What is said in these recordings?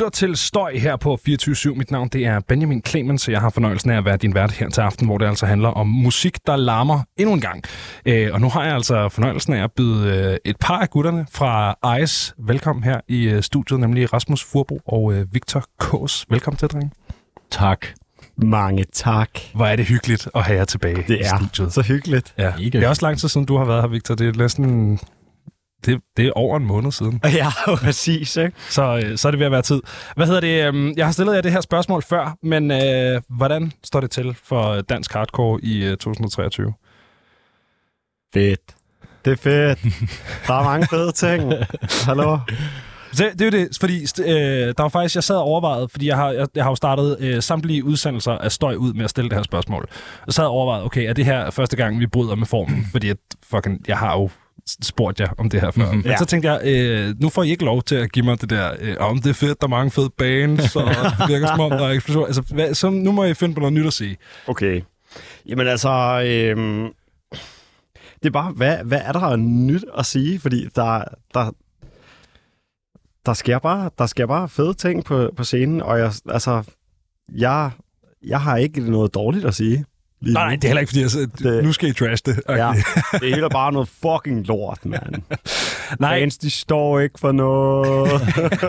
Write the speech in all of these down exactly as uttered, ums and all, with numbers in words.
lytter til Støj her på fireogtyve syv. Mit navn det er Benjamin Clemens, og jeg har fornøjelsen af at være din vært her til aften, hvor det altså handler om musik, der larmer endnu en gang. Øh, og nu har jeg altså fornøjelsen af at byde øh, et par af gutterne fra Ice velkommen her i øh, studiet, nemlig Rasmus Furbo og øh, Victor Kås. Velkommen til, drenge. Tak. Mange tak. Hvor er det hyggeligt at have jer tilbage det i studiet. Det er så hyggeligt. Ja. Det er også lang tid siden, du har været her, Victor. Det er næsten... Det, det er over en måned siden. Ja, præcis, ikke? Så, så er det ved at være tid. Hvad hedder det? Jeg har stillet jer det her spørgsmål før, men øh, hvordan står det til for dansk hardcore i øh, to tusind og treogtyve? Fedt. Det er fedt. Der er mange fede ting. Hallo? Det, det er jo det, fordi øh, der var faktisk, jeg sad og overvejede, fordi jeg har, jeg, jeg har jo startet øh, samtlige udsendelser af Støj ud med at stille det her spørgsmål. Jeg sad og overvejede, okay, er det her første gang, vi bryder med formen? Fordi at, fucking, jeg har jo spurgt jer om det her før. Mm-hmm. Men ja. Så tænkte jeg, øh, nu får I ikke lov til at give mig det der, øh, om det er fedt, der er mange fede bands, og det virker som om, der er eksplosion. Altså, hvad, så nu må I finde på noget nyt at sige. Okay. Jamen altså, øh, det er bare, hvad, hvad er der nyt at sige? Fordi der, der, der, sker bare, der sker bare fede ting på, på scenen, og jeg, altså, jeg, jeg har ikke noget dårligt at sige. Nej, nej, det er heller ikke, fordi jeg siger, det, nu skal I trash det. Okay. Ja, det er helt bare noget fucking lort, mand. Nej. Fans, de står ikke for noget.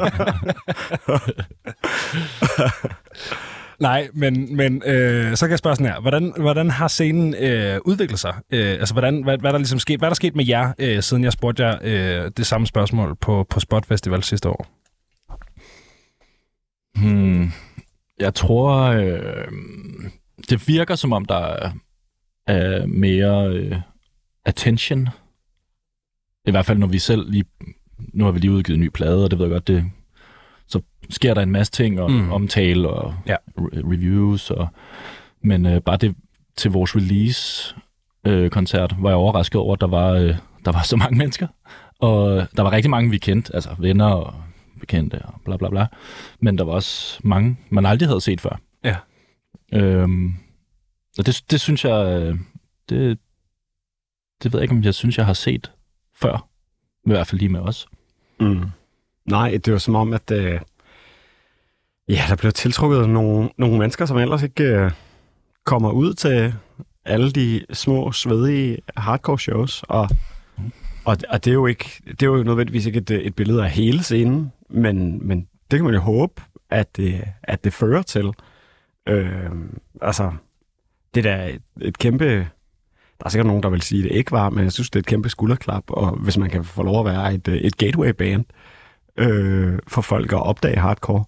Nej, men, men øh, så kan jeg spørge sådan her. Hvordan, hvordan har scenen øh, udviklet sig? Øh, altså, hvordan, hvad, hvad, der ligesom sket, hvad er der sket med jer, øh, siden jeg spurgte jer øh, det samme spørgsmål på, på Spot Festival sidste år? Hmm, jeg tror... Øh... Det virker, som om der er, er mere øh, attention. I hvert fald, når vi selv lige... Nu har vi lige udgivet en ny plade, og det ved jeg godt, det, så sker der en masse ting, og mm. omtale og ja. re- reviews. Og, men øh, bare det til vores release-koncert øh, var jeg overrasket over, at der var, øh, der var så mange mennesker. Og der var rigtig mange, vi kendte, altså venner og bekendte og bla bla bla. Men der var også mange, man aldrig havde set før. Ja. Øhm, og det, det synes jeg, det, det ved jeg ikke, om jeg synes, jeg har set før. I hvert fald lige med os. Mm. Nej, det var som om, at øh, ja, der blev tiltrukket nogle, nogle mennesker, som ellers ikke øh, kommer ud til alle de små, svedige hardcore shows. Og, mm. og, og det er jo ikke, det er jo nødvendigvis ikke et, et billede af hele scenen, men, men det kan man jo håbe, at det, at det fører til. Øh, altså, det der et, et kæmpe... Der er sikkert nogen, der vil sige, at det ikke var, men jeg synes, det er et kæmpe skulderklap, og hvis man kan få lov at være et, et gateway-band øh, for folk at opdage hardcore.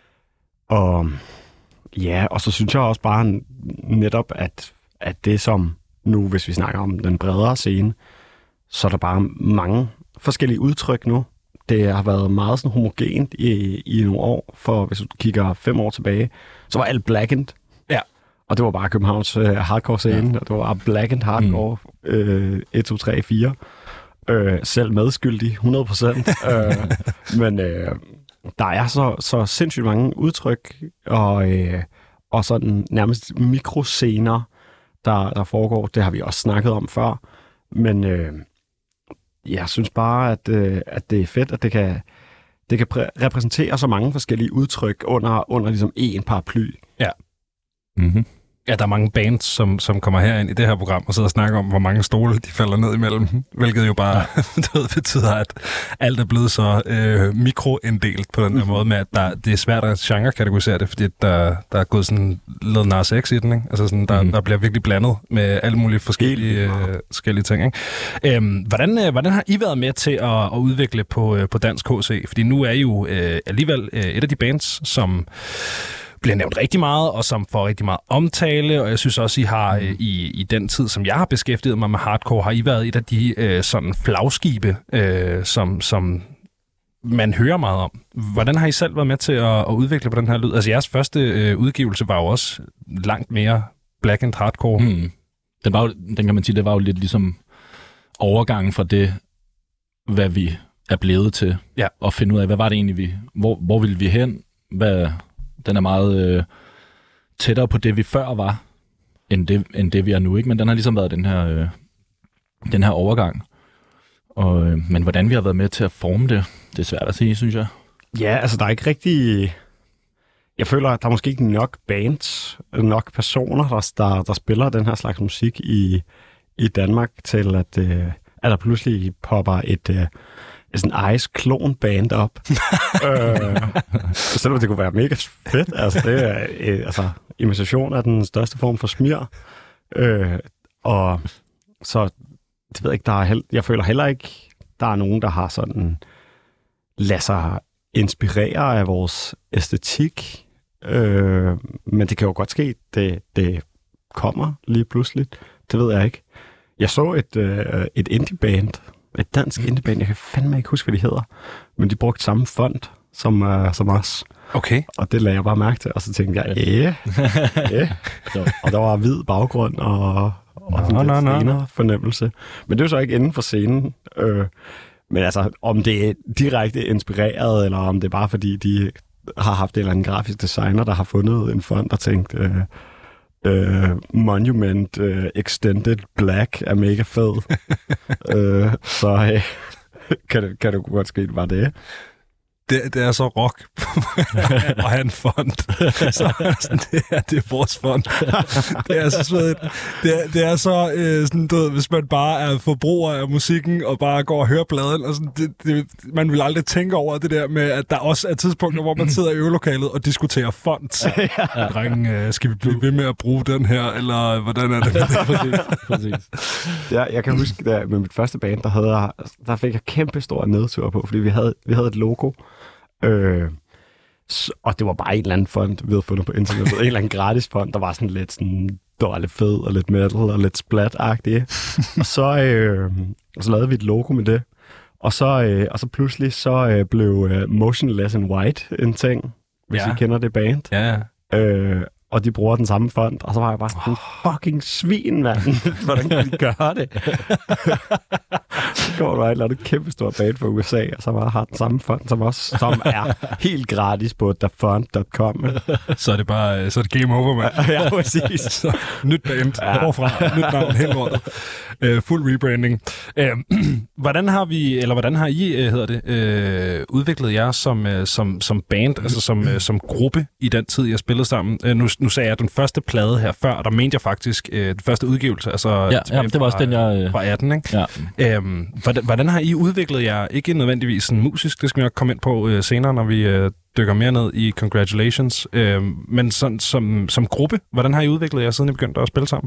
Og ja, og så synes jeg også bare netop, at, at det som nu, hvis vi snakker om den bredere scene, så er der bare mange forskellige udtryk nu. Det har været meget sådan homogent i, i nogle år, for hvis du kigger fem år tilbage, så var alt blackened. Ja. Og det var bare Københavns uh, hardcore-scene, ja. Og det var bare blackened hardcore, mm. øh, et, to, tre, fire. Øh, selv medskyldig, hundrede procent. øh, men øh, der er så, så sindssygt mange udtryk, og, øh, og sådan nærmest mikroscener, der, der foregår. Det har vi også snakket om før. Men... Øh, jeg synes bare, at, øh, at det er fedt, at det kan, det kan præ- repræsentere så mange forskellige udtryk under, under ligesom én paraply. Ja. Mm-hmm. Ja, der er mange bands, som, som kommer herind i det her program og sidder og snakker om, hvor mange stole de falder ned imellem. Hvilket jo bare ja. betyder, at alt er blevet så øh, mikroinddelt på den her måde med, at der, det er svært at genre-kategorisere det, fordi der, der er gået sådan lidt Nas X i den, ikke? Altså sådan, der, mm. der bliver virkelig blandet med alle mulige forskellige, øh, forskellige ting, ikke? Øhm, hvordan, øh, hvordan har I været med til at, at udvikle på, øh, på Dansk H C? Fordi nu er I jo øh, alligevel øh, et af de bands, som bliver nævnt rigtig meget, og som får rigtig meget omtale, og jeg synes også, I har øh, i, i den tid, som jeg har beskæftiget mig med hardcore, har I været et af de øh, sådan flagskibe, øh, som, som man hører meget om. Hvordan har I selv været med til at, at udvikle på den her lyd? Altså jeres første øh, udgivelse var jo også langt mere black and hardcore. Hmm. Den, var jo, den kan man sige, det var jo lidt ligesom overgangen fra det, hvad vi er blevet til, ja. Og finde ud af, hvad var det egentlig, vi, hvor, hvor ville vi hen? Hvad... Den er meget øh, tættere på det, vi før var, end det, end det vi er nu, ikke? Men den har ligesom været den her, øh, den her overgang. Og, øh, men hvordan vi har været med til at forme det, det er svært at sige, synes jeg. Ja, altså der er ikke rigtig... Jeg føler, at der er måske ikke nok bands, nok personer, der, der, der spiller den her slags musik i, i Danmark, til at, øh, at der pludselig popper et, øh, et sådan Ice-klon-band op. øh, selvom det kunne være mega fedt. Altså, det er øh, altså, imitation af den største form for smir. Øh, og så, det ved jeg ikke, der er held, jeg føler heller ikke, der er nogen, der har sådan lad sig inspirere af vores æstetik. Øh, men det kan jo godt ske, det, det kommer lige pludselig. Det ved jeg ikke. Jeg så et, øh, et indie-band, et dansk indie-band, jeg kan fandme ikke huske, hvad de hedder, men de brugte samme font som, øh, som os. Okay. Og det lagde jeg bare mærke til, og så tænkte jeg, ja, ja. Og der var hvid baggrund og, og sådan no, lidt no, no. fornemmelse. Men det er jo så ikke inden for scenen. Øh, men altså, om det er direkte inspireret, eller om det er bare fordi, de har haft en eller anden grafisk designer, der har fundet en font og tænkt, øh, øh, Monument øh, Extended Black er mega fed. øh, så øh, kan, det, kan det godt ske, det var det. Det, det er så rock og have en font. Så sådan, det, er, det er vores font. Det er så svedigt. Det er, det er så øh, sådan, du ved, hvis man bare er forbruger af musikken og bare går og hører pladen, og sådan, det, det, man vil aldrig tænke over det der med, at der også er tidspunkter, hvor man sidder i øvelokalet og diskuterer font. Ja. Drenge, øh, skal vi blive ved med at bruge den her, eller hvordan er det? Præcis. Præcis. Ja, jeg kan huske, at med mit første band, der, havde jeg, der fik jeg kæmpe stor nedtur på, fordi vi havde, vi havde et logo. Øh, så, og det var bare en eller anden font, vi havde fundet på internettet. En eller anden gratis font, der var sådan lidt sådan, der var lidt fed og lidt metal og lidt splat-agtig. Og så, øh, og så lavede vi et logo med det. Og så, øh, og så pludselig så øh, blev øh, Motionless in White en ting, hvis ja. I kender det band. Ja. Øh, og de bruger den samme font, og så var jeg bare sådan, oh. fucking svin, mand. Hvordan kan de gøre det? Så går der et eller andet kæmpe stort band fra U S A, og så bare har den samme font, som også som er helt gratis på the font punktum com. Så er det bare, så er det game over, mand. Ja, præcis. Så, nyt band, ja. Hvorfra, nyt navn, helt lortet. Uh, fuld rebranding. Uh, hvordan har vi, eller hvordan har I, uh, hedder det, uh, udviklet jer som, uh, som, som band, altså som, uh, som gruppe i den tid, jeg spillede sammen? Uh, nu, nu sagde jeg den første plade her før, og der mente jeg faktisk uh, den første udgivelse, altså ja, ja, det var også den, jeg... Fra atten, ikke? Ja. Uh, hvordan, hvordan har I udviklet jer, ikke nødvendigvis sådan musisk, det skal vi nok komme ind på uh, senere, når vi uh, dykker mere ned i Congratulations, uh, men sådan, som, som gruppe, hvordan har I udviklet jer, siden I begyndte at spille sammen?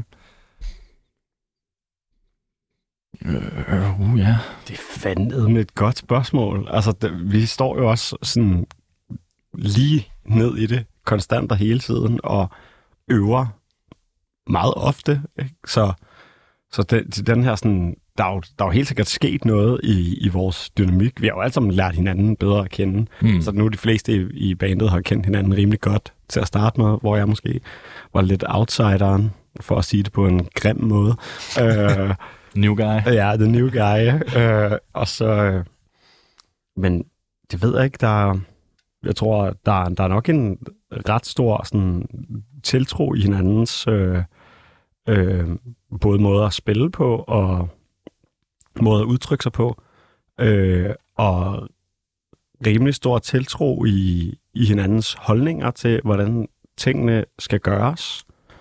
Uh, uh, ja. Det er fandme med et godt spørgsmål. Altså, det, vi står jo også sådan lige ned i det, konstant og hele tiden, og øver meget ofte. Ikke? Så, så det, den her sådan, der er, jo, der er jo helt sikkert sket noget i, i vores dynamik. Vi har jo alle sammen lært hinanden bedre at kende. Mm. Så nu de fleste i, i bandet har kendt hinanden rimelig godt til at starte med, hvor jeg måske var lidt outsideren, for at sige det på en grim måde. uh, New guy. Ja, the new guy. Uh, og så... Uh, men det ved jeg ikke, der... Jeg tror, der, der er nok en ret stor sådan, tiltro i hinandens øh, øh, både måde at spille på og måde at udtrykke sig på. Øh, og rimelig stor tiltro i, i hinandens holdninger til, hvordan tingene skal gøres.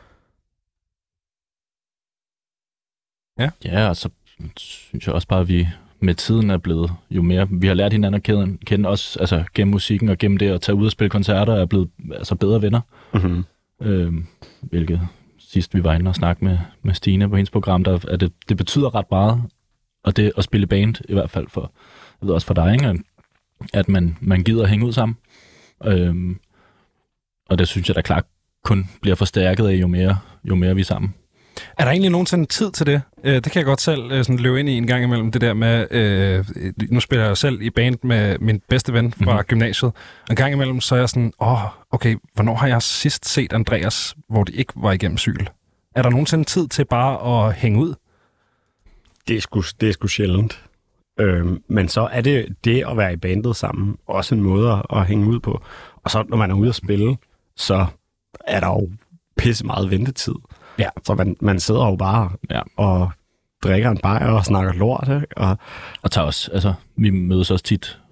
Ja, ja, og så synes jeg også bare, at vi med tiden er blevet jo mere... Vi har lært hinanden at kende, kende os, altså gennem musikken og gennem det at tage ud og spille koncerter, er blevet altså bedre venner. Mm-hmm. Øhm, hvilket sidst vi var inde og snakke med, med Stine på hendes program, der at det, det betyder ret meget, og det at spille band, i hvert fald for, jeg ved også for dig, ikke? At man, man gider at hænge ud sammen. Øhm, og det synes jeg da klart kun bliver forstærket af, jo mere, jo mere vi er sammen. Er der egentlig nogensinde tid til det? Det kan jeg godt selv sådan løbe ind i en gang imellem, det der med, øh, nu spiller jeg selv i band med min bedste ven fra mm-hmm. gymnasiet, og en gang imellem så er jeg sådan, åh, oh, okay, hvornår har jeg sidst set Andreas, hvor det ikke var igennem cykel? Er der nogensinde tid til bare at hænge ud? Det er sgu, det er sgu sjældent. Øhm, men så er det det at være i bandet sammen også en måde at hænge ud på. Og så når man er ude at spille, så er der jo pisse meget ventetid. Ja. Så man, man sidder jo bare ja. og drikker en bajer og snakker lort, ikke? Og, og tager også, altså, vi mødes også tit og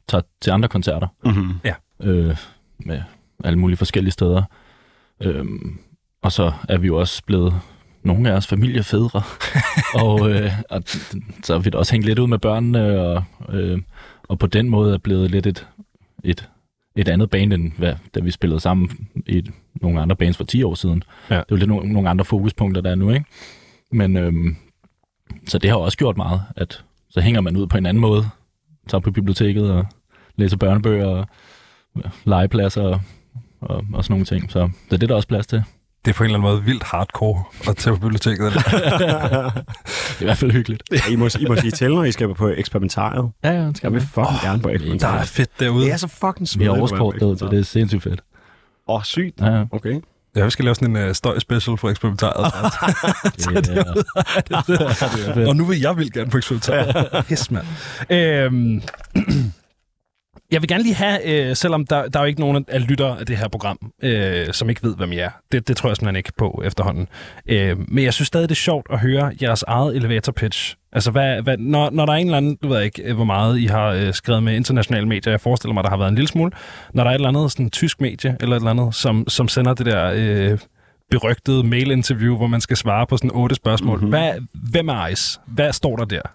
tager til andre koncerter. Mm-hmm. Ja. Øh, med alle mulige forskellige steder. Øhm, og så er vi jo også blevet nogle af os familiefædre. og, øh, og så har vi da også hængt lidt ud med børnene, og, øh, og på den måde er blevet lidt et, et, et andet band, end hvad, da vi spillede sammen i nogle andre bands for ti år siden. Ja. Det er jo lidt nogle, nogle andre fokuspunkter, der er nu, ikke? Men øhm, så det har også gjort meget, at så hænger man ud på en anden måde, tager på biblioteket og læser børnebøger og legepladser og, og, og sådan nogle ting. Så det er det, der også plads til. Det er på en eller anden måde vildt hardcore at tage på biblioteket. Det er i hvert fald hyggeligt. I må, I må sige til, når I skal på eksperimentariet. Ja, ja, skal Jeg vil fucking oh, gerne på Der eksperimentariet. er fedt derude. Det er så fucking Vi smidt. har oversport derude, så det er sindssygt fedt. Åh, oh, sygt. Ja, ja. Okay. Ja, vi skal lave sådan en uh, støj-special for eksperimentariet. Det, er, Og nu vil jeg vil gerne på eksperimentariet. Pis, mand. Øhm, jeg vil gerne lige have, øh, selvom der, der er jo ikke nogen af lyttere af det her program, øh, som ikke ved, hvem I er. Det, det tror jeg simpelthen ikke på efterhånden. Øh, men jeg synes stadig, det er sjovt at høre jeres eget elevator pitch. Altså, hvad, hvad, når, når der er en eller anden, du ved ikke, hvor meget I har øh, skrevet med internationale medier, jeg forestiller mig, der har været en lille smule. Når der er et eller andet sådan tysk medie, eller et eller andet, som, som sender det der øh, berygtede mail-interview, hvor man skal svare på sådan otte spørgsmål. Mm-hmm. Hvad, hvem er Ice? Hvad står der der?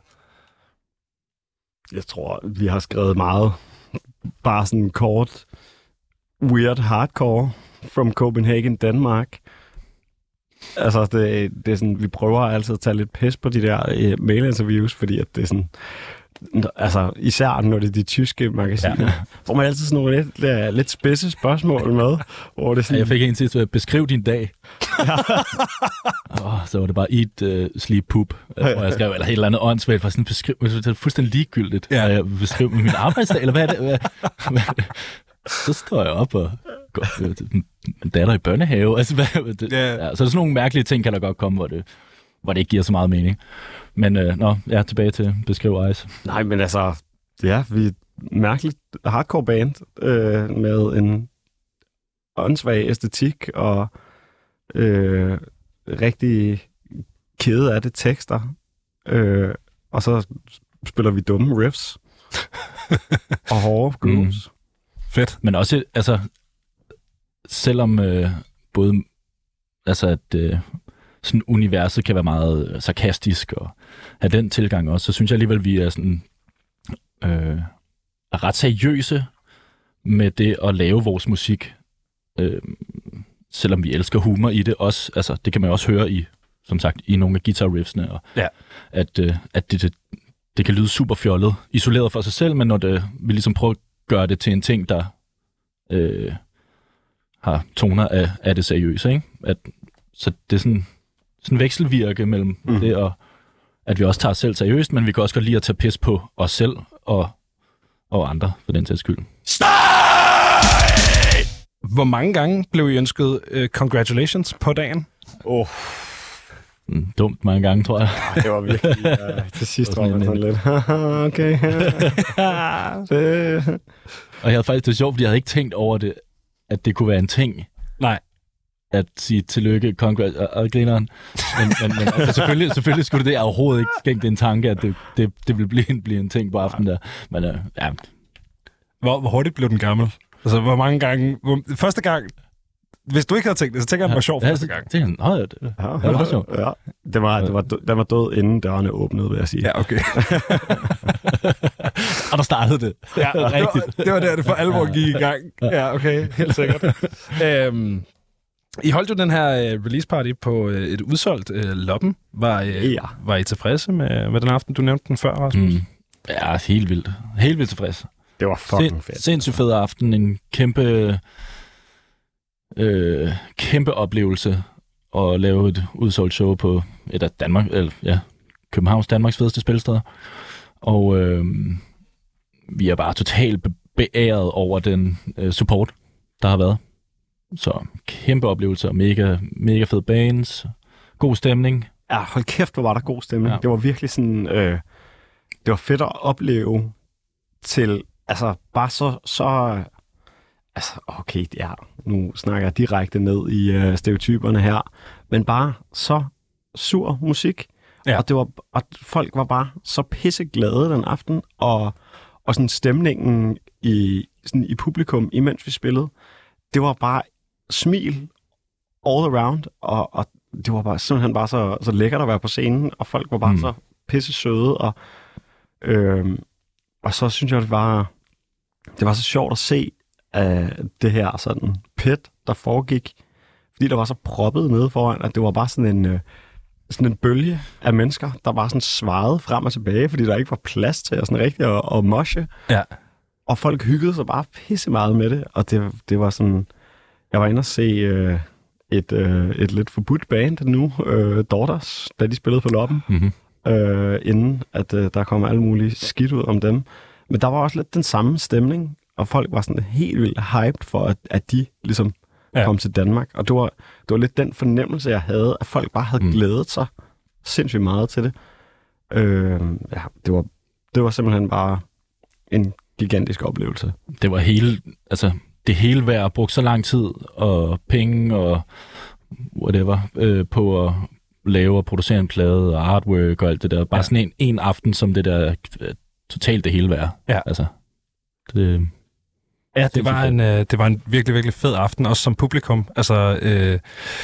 Jeg tror, vi har skrevet meget. Bare sådan kort, weird hardcore from Copenhagen, Danmark. Altså, det, det er sådan, vi prøver altid at tage lidt pis på de der uh, mail-interviews, fordi at det er sådan, altså, især når det er de tyske magasiner, ja. Hvor man altid sådan nogle lidt, lidt, lidt spidse spørgsmål med, hvor det sådan... Jeg fik en sidst, at beskriv din dag. Ja. oh, så var det bare eat, uh, sleep, poop. Hvor jeg skrev, eller et eller andet åndssvagt, for sådan beskriv, det er fuldstændig ligegyldigt. Ja. Jeg beskriv min arbejdsdag, eller hvad er det? Hvad, hvad? Så står jeg op og går en datter i børnehave. Altså, hvad, det, yeah. ja, så er der sådan nogle mærkelige ting, kan der godt komme, hvor det, hvor det ikke giver så meget mening. Men øh, nå, jeg er tilbage til beskriv Ice. Nej, men altså, ja, vi er et mærkeligt hardcore band øh, med en åndssvag æstetik og øh, rigtig kede af det tekster. Øh, og så spiller vi dumme riffs og hårde grooves. Mm. Fedt. Men også, altså, selvom øh, både, altså at øh, sådan universet kan være meget sarkastisk og have den tilgang også, så synes jeg alligevel, vi er sådan øh, er ret seriøse med det at lave vores musik. Øh, selvom vi elsker humor i det også, altså det kan man også høre i, som sagt, i nogle af guitar riffsene, og ja. at, øh, at det, det, det kan lyde super fjollet, isoleret for sig selv, men når det, vi ligesom prøver at gøre det til en ting, der øh, har toner af, af det seriøse, ikke? At, så det er sådan, sådan en vekselvirke mellem mm. det, og at vi også tager os selv seriøst, men vi kan også godt lide at tage pis på os selv og, og andre, for den sags skyld. Støj! Hvor mange gange blev I ønsket uh, congratulations på dagen? Åh. Oh. Mm, dumt mange gange, tror jeg. Det var virkelig uh, til sidst var man sådan lidt. Okay. Og jeg havde faktisk det sjovt, fordi jeg havde ikke tænkt over det, at det kunne være en ting. Nej. At sige tillykke, congrats, og, og grineren. Men, men, men altså, selvfølgelig, selvfølgelig skulle det det overhovedet ikke skænke en tanke, at det, det, det ville blive en, blive en ting på aftenen der. Men uh, ja. Hvor, hvor hurtigt blev den gammel? Altså, hvor mange gange... Hvor, første gang... Hvis du ikke havde tænkt det, så tænker jeg, det var sjovt første gang. Det er en det, det, ja, det var sjovt. Ja. Det var, det var, den var død, inden dørene åbnede, vil jeg sige. Ja, okay. Og der startede det. Ja, det var, det var der, det for alvor gik i gang. Ja, okay. Helt sikkert. øhm, I holdt jo den her uh, release party på uh, et udsolgt uh, Loppen. Var, uh, ja. var I tilfredse med, med den aften? Du nævnte den før, Rasmus. Mm. Ja, helt vildt. Helt vildt tilfreds. Det var fucking Sind, fedt. Sindssygt fed aften. En kæmpe... Øh, kæmpe oplevelse at lave et udsolgt show på et af Danmark, eller ja, Københavns Danmarks fedeste spilsteder. Og øh, vi er bare totalt beæret over den øh, support, der har været. Så kæmpe oplevelse, mega, mega fed bands, god stemning. Ja, hold kæft, hvor var der god stemning. Ja. Det var virkelig sådan, øh, det var fedt at opleve til, altså bare så, så altså okay, ja, nu snakker jeg direkte ned i øh, stereotyperne her, men bare så sur musik, ja. og, det var, og folk var bare så pisseglade den aften, og, Og sådan stemningen i, sådan i publikum, imens vi spillede, det var bare smil all around, og, og det var bare simpelthen bare så, så lækkert at være på scenen, og folk var bare mm. så pisse søde, og, øh, og så synes jeg, det var, det var så sjovt at se uh, det her sådan pit, der foregik, fordi der var så proppet nede foran, at det var bare sådan en, uh, sådan en bølge af mennesker, der bare sådan svarede frem og tilbage, fordi der ikke var plads til at sådan rigtig at, at moshe. Ja. Og folk hyggede sig bare pisse meget med det, og det, det var sådan, jeg var inde og se uh, et, uh, et lidt forbudt band nu, uh, Daughters, da de spillede på Loppen, mm-hmm. uh, inden at uh, der kom alle mulige skidt ud om dem. Men der var også lidt den samme stemning, og folk var sådan helt vildt hyped for, at, at de ligesom ja. kom til Danmark. Og det var, det var lidt den fornemmelse, jeg havde, at folk bare havde mm. glædet sig sindssygt meget til det. Øh, ja, det var, det var simpelthen bare en gigantisk oplevelse. Det var hele, altså det hele værd at bruge så lang tid og penge og whatever øh, på at lave og producere en plade og artwork og alt det der. Bare ja. sådan en, en aften som det der totalt det hele værd. Ja. Altså, det, ja, det var, en, øh, det var en virkelig, virkelig fed aften, også som publikum. Altså, øh,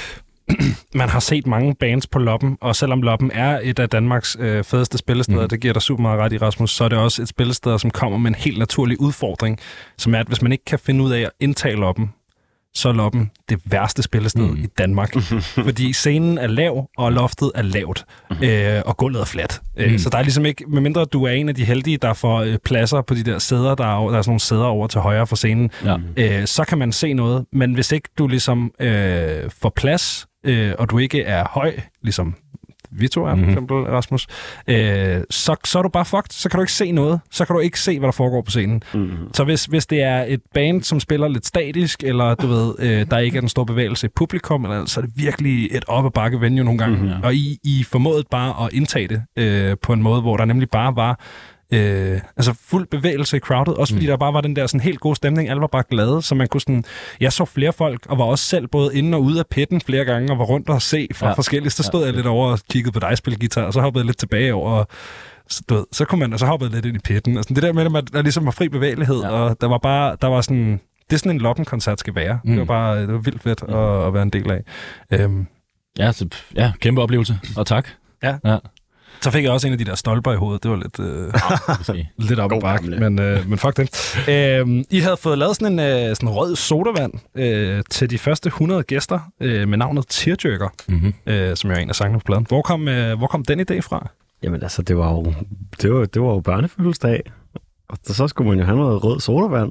man har set mange bands på Loppen, og selvom Loppen er et af Danmarks øh, fedeste spillesteder, mm. det giver dig super meget ret i, Rasmus, så er det også et spillested, som kommer med en helt naturlig udfordring, som er, at hvis man ikke kan finde ud af at indtage Loppen, så er Loppen det værste spillested mm. i Danmark. Fordi scenen er lav, og loftet er lavt, mm. øh, og gulvet er fladt. Mm. Øh, så der er ligesom ikke, medmindre du er en af de heldige, der får øh, pladser på de der sæder, der er, der er sådan nogle sæder over til højre for scenen, ja. øh, så kan man se noget. Men hvis ikke du ligesom øh, får plads, øh, og du ikke er høj, ligesom vi to er, for eksempel, Rasmus, øh, så, så er du bare fucked. Så kan du ikke se noget. Så kan du ikke se, hvad der foregår på scenen. Mm-hmm. Så hvis, hvis det er et band, som spiller lidt statisk, eller du ved, øh, der ikke er den store bevægelse i publikum, eller, så er det virkelig et op ad bakke venue nogle gange. Mm-hmm. Og I, I formåede bare at indtage det øh, på en måde, hvor der nemlig bare var Øh, altså fuld bevægelse i crowdet, også fordi mm. der bare var den der sådan helt god stemning, alle var bare glade, så man kunne sådan, jeg så flere folk, og var også selv både inde og ude af pitten flere gange, og var rundt og se fra ja. forskellige, så stod ja. jeg lidt over og kiggede på dig spille guitar, og så hoppede jeg lidt tilbage over, og så, du ved, så kunne man, og så hoppede lidt ind i pitten, og sådan, det der med, at der ligesom var fri bevægelighed, ja. og der var bare, der var sådan, det er sådan en Loppen-koncert skal være, mm. det var bare, det var vildt fedt mm. at, at være en del af. Øhm. Ja, så, ja, kæmpe oplevelse, og tak. Ja. ja. Så fik jeg også en af de der stolper i hovedet. Det var lidt, øh, lidt op ad bakke, men, øh, men fuck det. Øh, I havde fået lavet sådan en øh, sådan rød sodavand øh, til de første hundrede gæster øh, med navnet Tearjerker, mm-hmm. øh, som jo er en af sangene på pladen. Hvor kom, øh, hvor kom den idé fra? Jamen altså, det var jo, det var, det var jo børnefødselsdag, og så skulle man jo have noget rød sodavand.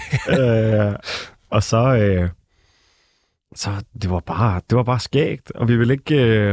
øh, og så, øh, så det var bare, det var bare skægt, og vi ville ikke... Øh,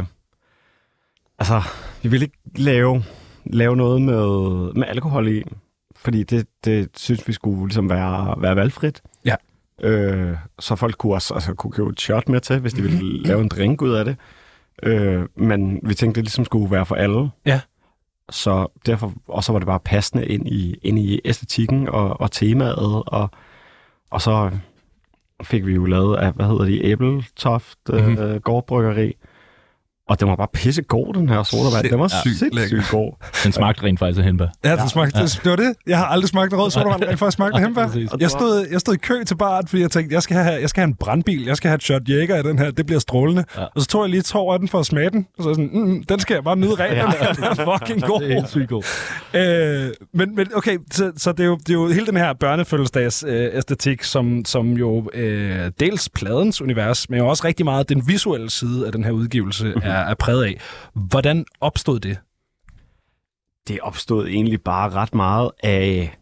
Altså, vi ville ikke lave, lave noget med, med alkohol i, fordi det, det synes vi skulle ligesom være, være valgfrit. Ja. Øh, så folk kunne også altså, kunne købe et shot med til, hvis de ville lave en drink ud af det. Øh, men vi tænkte, det ligesom skulle være for alle. Ja. Så derfor, og så var det bare passende ind i, ind i æstetikken og, og temaet, og, og så fik vi jo lavet af, hvad hedder de, Æbletoft mm-hmm. øh, gårdbryggeri. Og den var bare pissegod, den her sodavand. Den var ja, sygt, sygt god. Den smagte rent faktisk af hindbær. Ja, den smagte, ja. det var det. Jeg har aldrig smagt rød sodavand, rent faktisk smagte af hindbær. Jeg stod, jeg stod i kø til baren, fordi jeg tænkte, jeg skal have, jeg skal have en brandbil, jeg skal have et shot Jäger i den her, det bliver strålende. Ja. Og så tog jeg lige to af den for at smage den, og så sådan, mm, den skal jeg bare nyde rent, ja. Den er fucking god. Det er helt sygt god. Øh, men, men okay, så, så det, er jo, det er jo hele den her børnefødselsdags øh, æstetik, som, som jo øh, dels pladens univers, men jo også rigtig meget den visuelle side af den her udgivelse mm-hmm. er, er præget af. Hvordan opstod det? Det opstod egentlig bare ret meget af,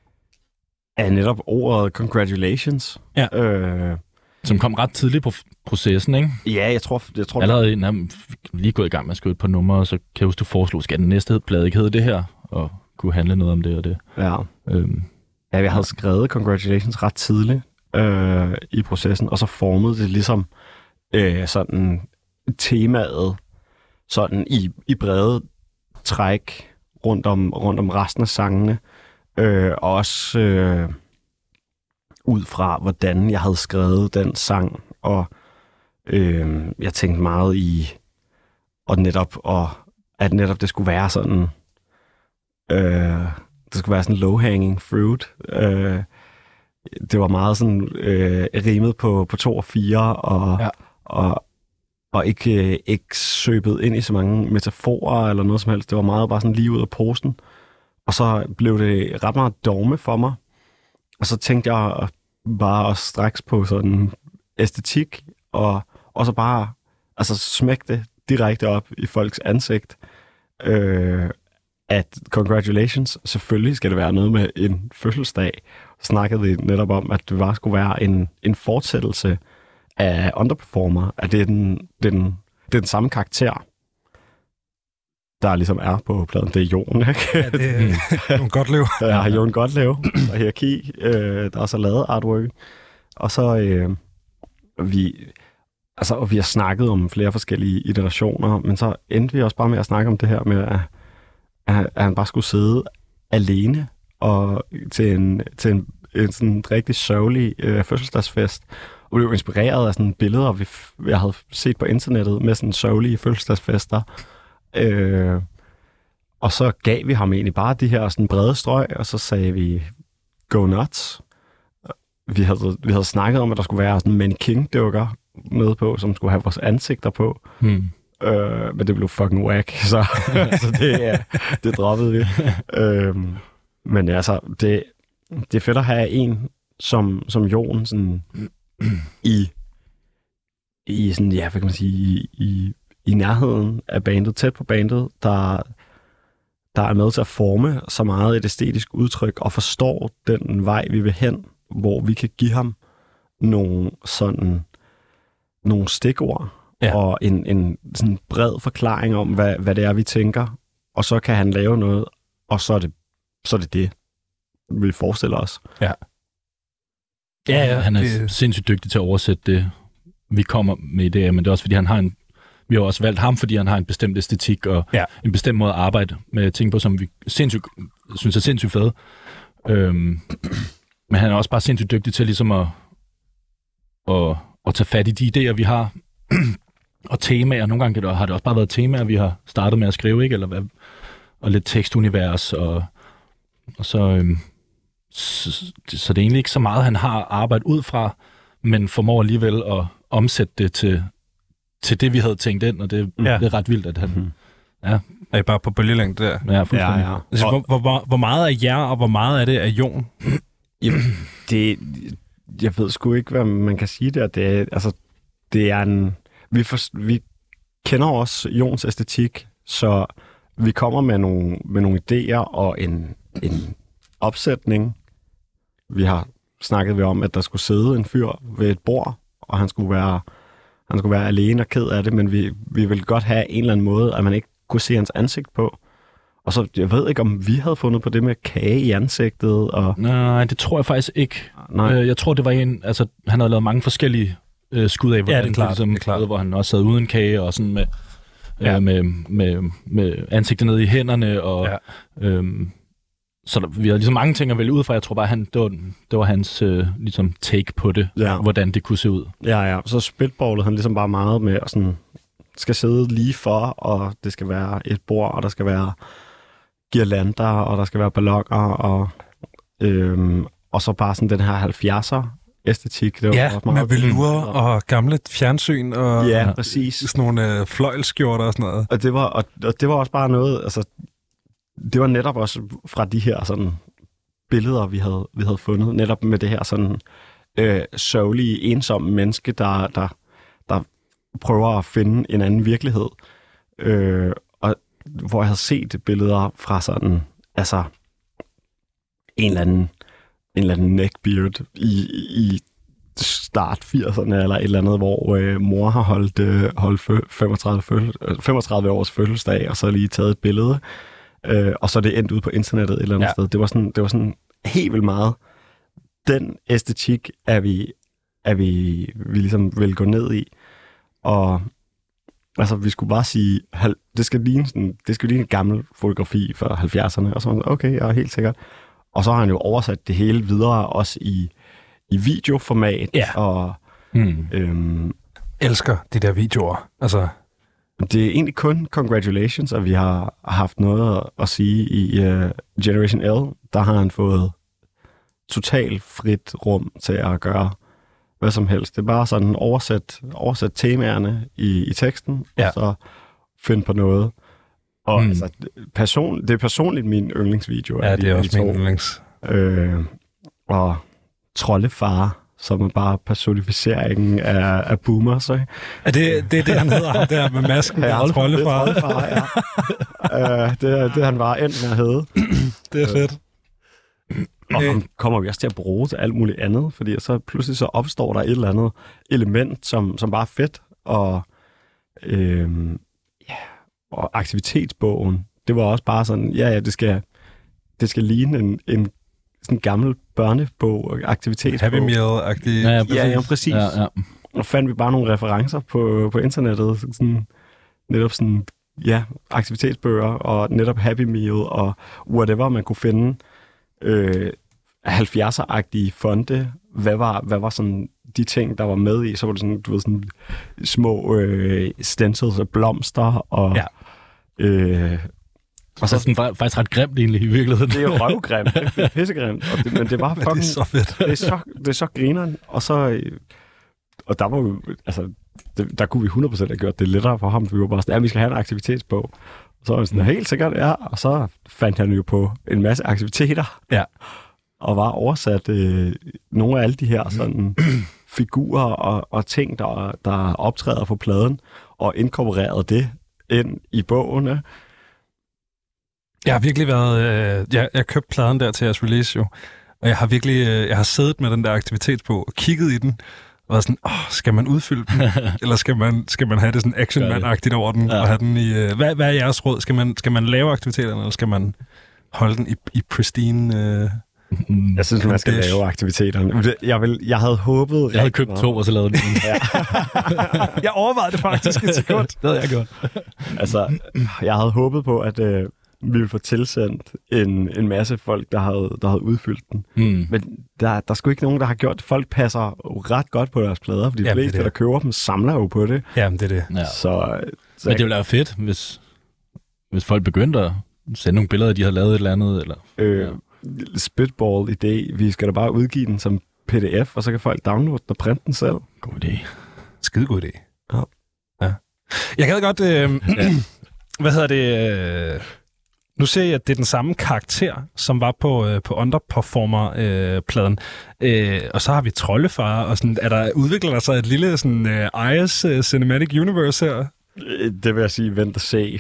af netop ordet congratulations. Ja. Øh, Som kom ret tidligt på processen, ikke? Ja, jeg tror... Jeg tror allerede når jeg lige gået i gang med at skrive et par numre, så kan jeg huske, du foreslog, skal den næste plade ikke hedde det her? Og kunne handle noget om det og det. Ja. Øhm, ja, jeg havde skrevet congratulations ret tidligt øh, i processen, og så formede det ligesom øh, sådan temaet sådan i, i brede træk rundt om, rundt om resten af sangene. Øh, og også øh, ud fra, hvordan jeg havde skrevet den sang. Og øh, jeg tænkte meget i, og netop, og, at netop det skulle være sådan, øh, det skulle være sådan low-hanging fruit. Øh, det var meget sådan øh, rimet på, på to og fire, og, ja. og, og ikke, ikke søbet ind i så mange metaforer eller noget som helst. Det var meget bare sådan lige ud af posen. Og så blev det ret meget dogme for mig. Og så tænkte jeg bare også straks på sådan æstetik, og, og så bare altså smække det direkte op i folks ansigt. Øh, at congratulations, selvfølgelig skal det være noget med en fødselsdag. Så snakkede vi netop om, at det bare skulle være en, en fortsættelse af Underperformer, at det er den, den, det er den samme karakter, der ligesom er på pladen. Det er Jon, ikke? Ja, det er Jon Gottlieb. Ja, Jon Gottlieb og Hierarki, øh, der også har lavet artwork. Og så øh, vi, altså, og vi har snakket om flere forskellige iterationer, men så endte vi også bare med at snakke om det her med, at, at, at han bare skulle sidde alene og til en, til en, en sådan rigtig sørgelig øh, fødselsdagsfest. Og blev inspireret af sådan billeder, vi, jeg havde set på internettet med sådan sørgelige fødselsdagsfester. Øh, og så gav vi ham egentlig bare de her sådan brede strøg, og så sagde vi, go nuts. Vi havde, vi havde snakket om, at der skulle være sådan mannequin-dukker med på, som skulle have vores ansigter på. Hmm. Øh, men det blev fucking whack, så, så det, ja, det droppede vi. øh, men altså, det, det er fedt at have en som, som Jon sådan, i, i sådan, ja, hvad kan man sige, i, i, i nærheden af bandet, tæt på bandet, der, der er med til at forme så meget et æstetisk udtryk, og forstår den vej, vi vil hen, hvor vi kan give ham nogle sådan nogle stikord, ja. Og en, en sådan bred forklaring om, hvad, hvad det er, vi tænker, og så kan han lave noget, og så er det så er det, det, vi forestiller os. Ja. Ja, ja, han er det... sindssygt dygtig til at oversætte det, vi kommer med i det, men det er også, fordi han har en... Vi har også valgt ham, fordi han har en bestemt æstetik og ja. en bestemt måde at arbejde med ting på, som vi sindssygt, synes er sindssygt fede. Øhm, men han er også bare sindssygt dygtig til ligesom at, at, at tage fat i de idéer, vi har, og temaer. Nogle gange har det også bare været temaer, vi har startet med at skrive, ikke? Eller hvad, og lidt tekstunivers, og, og så... Øhm, så, så det er egentlig ikke så meget, han har arbejdet ud fra, men formår alligevel at omsætte det til, til det, vi havde tænkt ind, og det, ja. det er ret vildt, at han... Mm-hmm. Ja. Er I bare på bølgelængde der? Ja, fuldstændig. Ja, ja. Altså, hvor, hvor, hvor meget er jer, og hvor meget er det af Jon? Jamen, det... Jeg ved sgu ikke, hvad man kan sige der. Det er, altså, det er en... Vi, for, vi kender også Jons æstetik, så vi kommer med nogle, med nogle idéer og en, en opsætning. Vi har snakket ved om, at der skulle sidde en fyr ved et bord, og han skulle være, han skulle være alene og ked af det, men vi, vi ville godt have en eller anden måde, at man ikke kunne se hans ansigt på. Og så, jeg ved ikke, om vi havde fundet på det med kage i ansigtet. Og... Nej, det tror jeg faktisk ikke. Nej. Jeg tror, det var en... Altså, han havde lavet mange forskellige øh, skud af, ja, det er klart, ligesom, det er klart. Hvor han også sad uden kage, og sådan med, ja. øh, med, med, med ansigtet nede i hænderne, og... Ja. Øhm, så der, vi havde ligesom mange ting at vælge ud fra. Jeg tror bare, han, det, var, det var hans øh, ligesom take på det, ja. Hvordan det kunne se ud. Ja, ja. Så spitballede han ligesom bare meget med, at sådan, skal sidde lige for, og det skal være et bord, og der skal være girlander, og der skal være balloner, og, øhm, og så bare sådan den her halvfjerdser æstetik. Det var ja, meget med velour og gamle fjernsyn, og ja, præcis. Sådan nogle øh, fløjlskjorter og sådan noget. Og det var, og, og det var også bare noget, altså det var netop også fra de her sådan billeder, vi havde, vi havde fundet, netop med det her sådan øh, sørgelige, ensomme menneske, der, der, der prøver at finde en anden virkelighed. Øh, og hvor jeg havde set billeder fra sådan, altså en eller anden, en eller anden neckbeard i, i start firserne, eller et eller andet, hvor øh, mor har holdt, øh, holdt fø, femogtredive, føl, femogtredive års fødselsdag, og så lige taget et billede. Øh, og så er det endt ud på internettet et eller andet ja. sted. Det var sådan, det var sådan helt vildt meget. Den æstetik er vi, er vi, vi ligesom vil gå ned i. Og altså, vi skulle bare sige, det skal ligne sådan, det skal ligne et gammelt fotografi fra halvfjerdserne. Og så var man, okay, jeg er helt sikkert. Og så har han jo oversat det hele videre, også i, i videoformat. Ja. Og, hmm. øhm, elsker de der videoer. Altså... Det er egentlig kun congratulations, at vi har haft noget at, at sige i uh, Generation L. Der har han fået totalt frit rum til at gøre hvad som helst. Det er bare sådan oversæt, oversæt temaerne i, i teksten, ja. Og så finde på noget. Og mm. altså, person, det er personligt min yndlingsvideo. Ja, det er også min yndlings. Øh, og Troldefar, som er bare personificeringen af, af boomers, ikke? Er det, det er det, han hedder, ham der med masken? Ja, Troldefar. Det er Troldefar, ja. øh, det er det, han var endt med at hedde. Det er fedt. Og ham kommer vi også til at bruge til alt muligt andet, fordi så pludselig så opstår der et eller andet element, som, som bare er fedt, og, øhm, ja, og aktivitetsbogen, det var også bare sådan, ja, ja, det skal, det skal ligne en, en sådan gammel børnebog, aktivitetsbog. Happy Meal-agtig. Ja, ja, præcis. Ja, ja, præcis. Ja, ja. Og fandt vi bare nogle referencer på, på internettet, sådan, netop sådan, ja, aktivitetsbøger, og netop Happy Meal, og whatever man kunne finde, øh, halvfjerdser-agtige fonde. Hvad var, hvad var sådan de ting, der var med i? Så var det sådan, du ved, sådan små øh, stencils af blomster, og... Ja. Øh, og så sådan faktisk ret grimt egentlig i virkeligheden. Det er jo røvgrimt, det er pissegrimt, og det, men det var fucking... det er så fedt. det, er så, det er så grineren, og så... Og der var jo... Altså, det, der kunne vi hundrede procent have gjort det lettere for ham, for vi var bare sådan, ja, vi skal have en aktivitetsbog. Og så var vi sådan, helt sikkert, ja. Og så fandt han jo på en masse aktiviteter. Ja. Og var oversat øh, nogle af alle de her sådan figurer og, og ting, der, der optræder på pladen, og inkorporeret det ind i bogene. Jeg har virkelig været... Øh, jeg, jeg købte pladen der til jeres release jo, og jeg har virkelig... Øh, jeg har siddet med den der aktivitetsbog og kigget i den, og været sådan, åh, skal man udfylde den? Eller skal man, skal man have det sådan action-man-agtigt over den? Ja. Og have den i, øh, hvad, hvad er jeres råd? Skal man, skal man lave aktiviteterne, eller skal man holde den i, i pristine... Øh, Mm, jeg synes, man skal dash. lave aktiviteterne. Jeg, vil, jeg havde håbet... Jeg havde købt to, og så lavede den. Ja. Jeg overvejede det faktisk et sekund. Det havde jeg gjort. Altså, jeg havde håbet på, at øh, vi ville få tilsendt en, en masse folk, der havde, der havde udfyldt den. Mm. Men der, der er sgu ikke nogen, der har gjort det. Folk passer ret godt på deres plader, fordi de fleste, der køber dem, samler jo på det. Jamen, det er det. Ja. Så, så Men det ville være fedt, hvis, hvis folk begyndte at sende nogle billeder, de har lavet et eller andet. Eller, øh, ja. Spitball-idé. Vi skal da bare udgive den som P D F, og så kan folk downloade den og printe den selv. God idé. Skide god idé. Ja. Ja. Jeg gad godt... Øh, hvad hedder det... Øh, nu ser jeg, at det er den samme karakter, som var på, øh, på Underperformer-pladen. Øh, øh, og så har vi Troldefar, og sådan, er der, udvikler der sig et lille sådan, øh, I S uh, Cinematic Universe her? Det vil jeg sige, vent og se.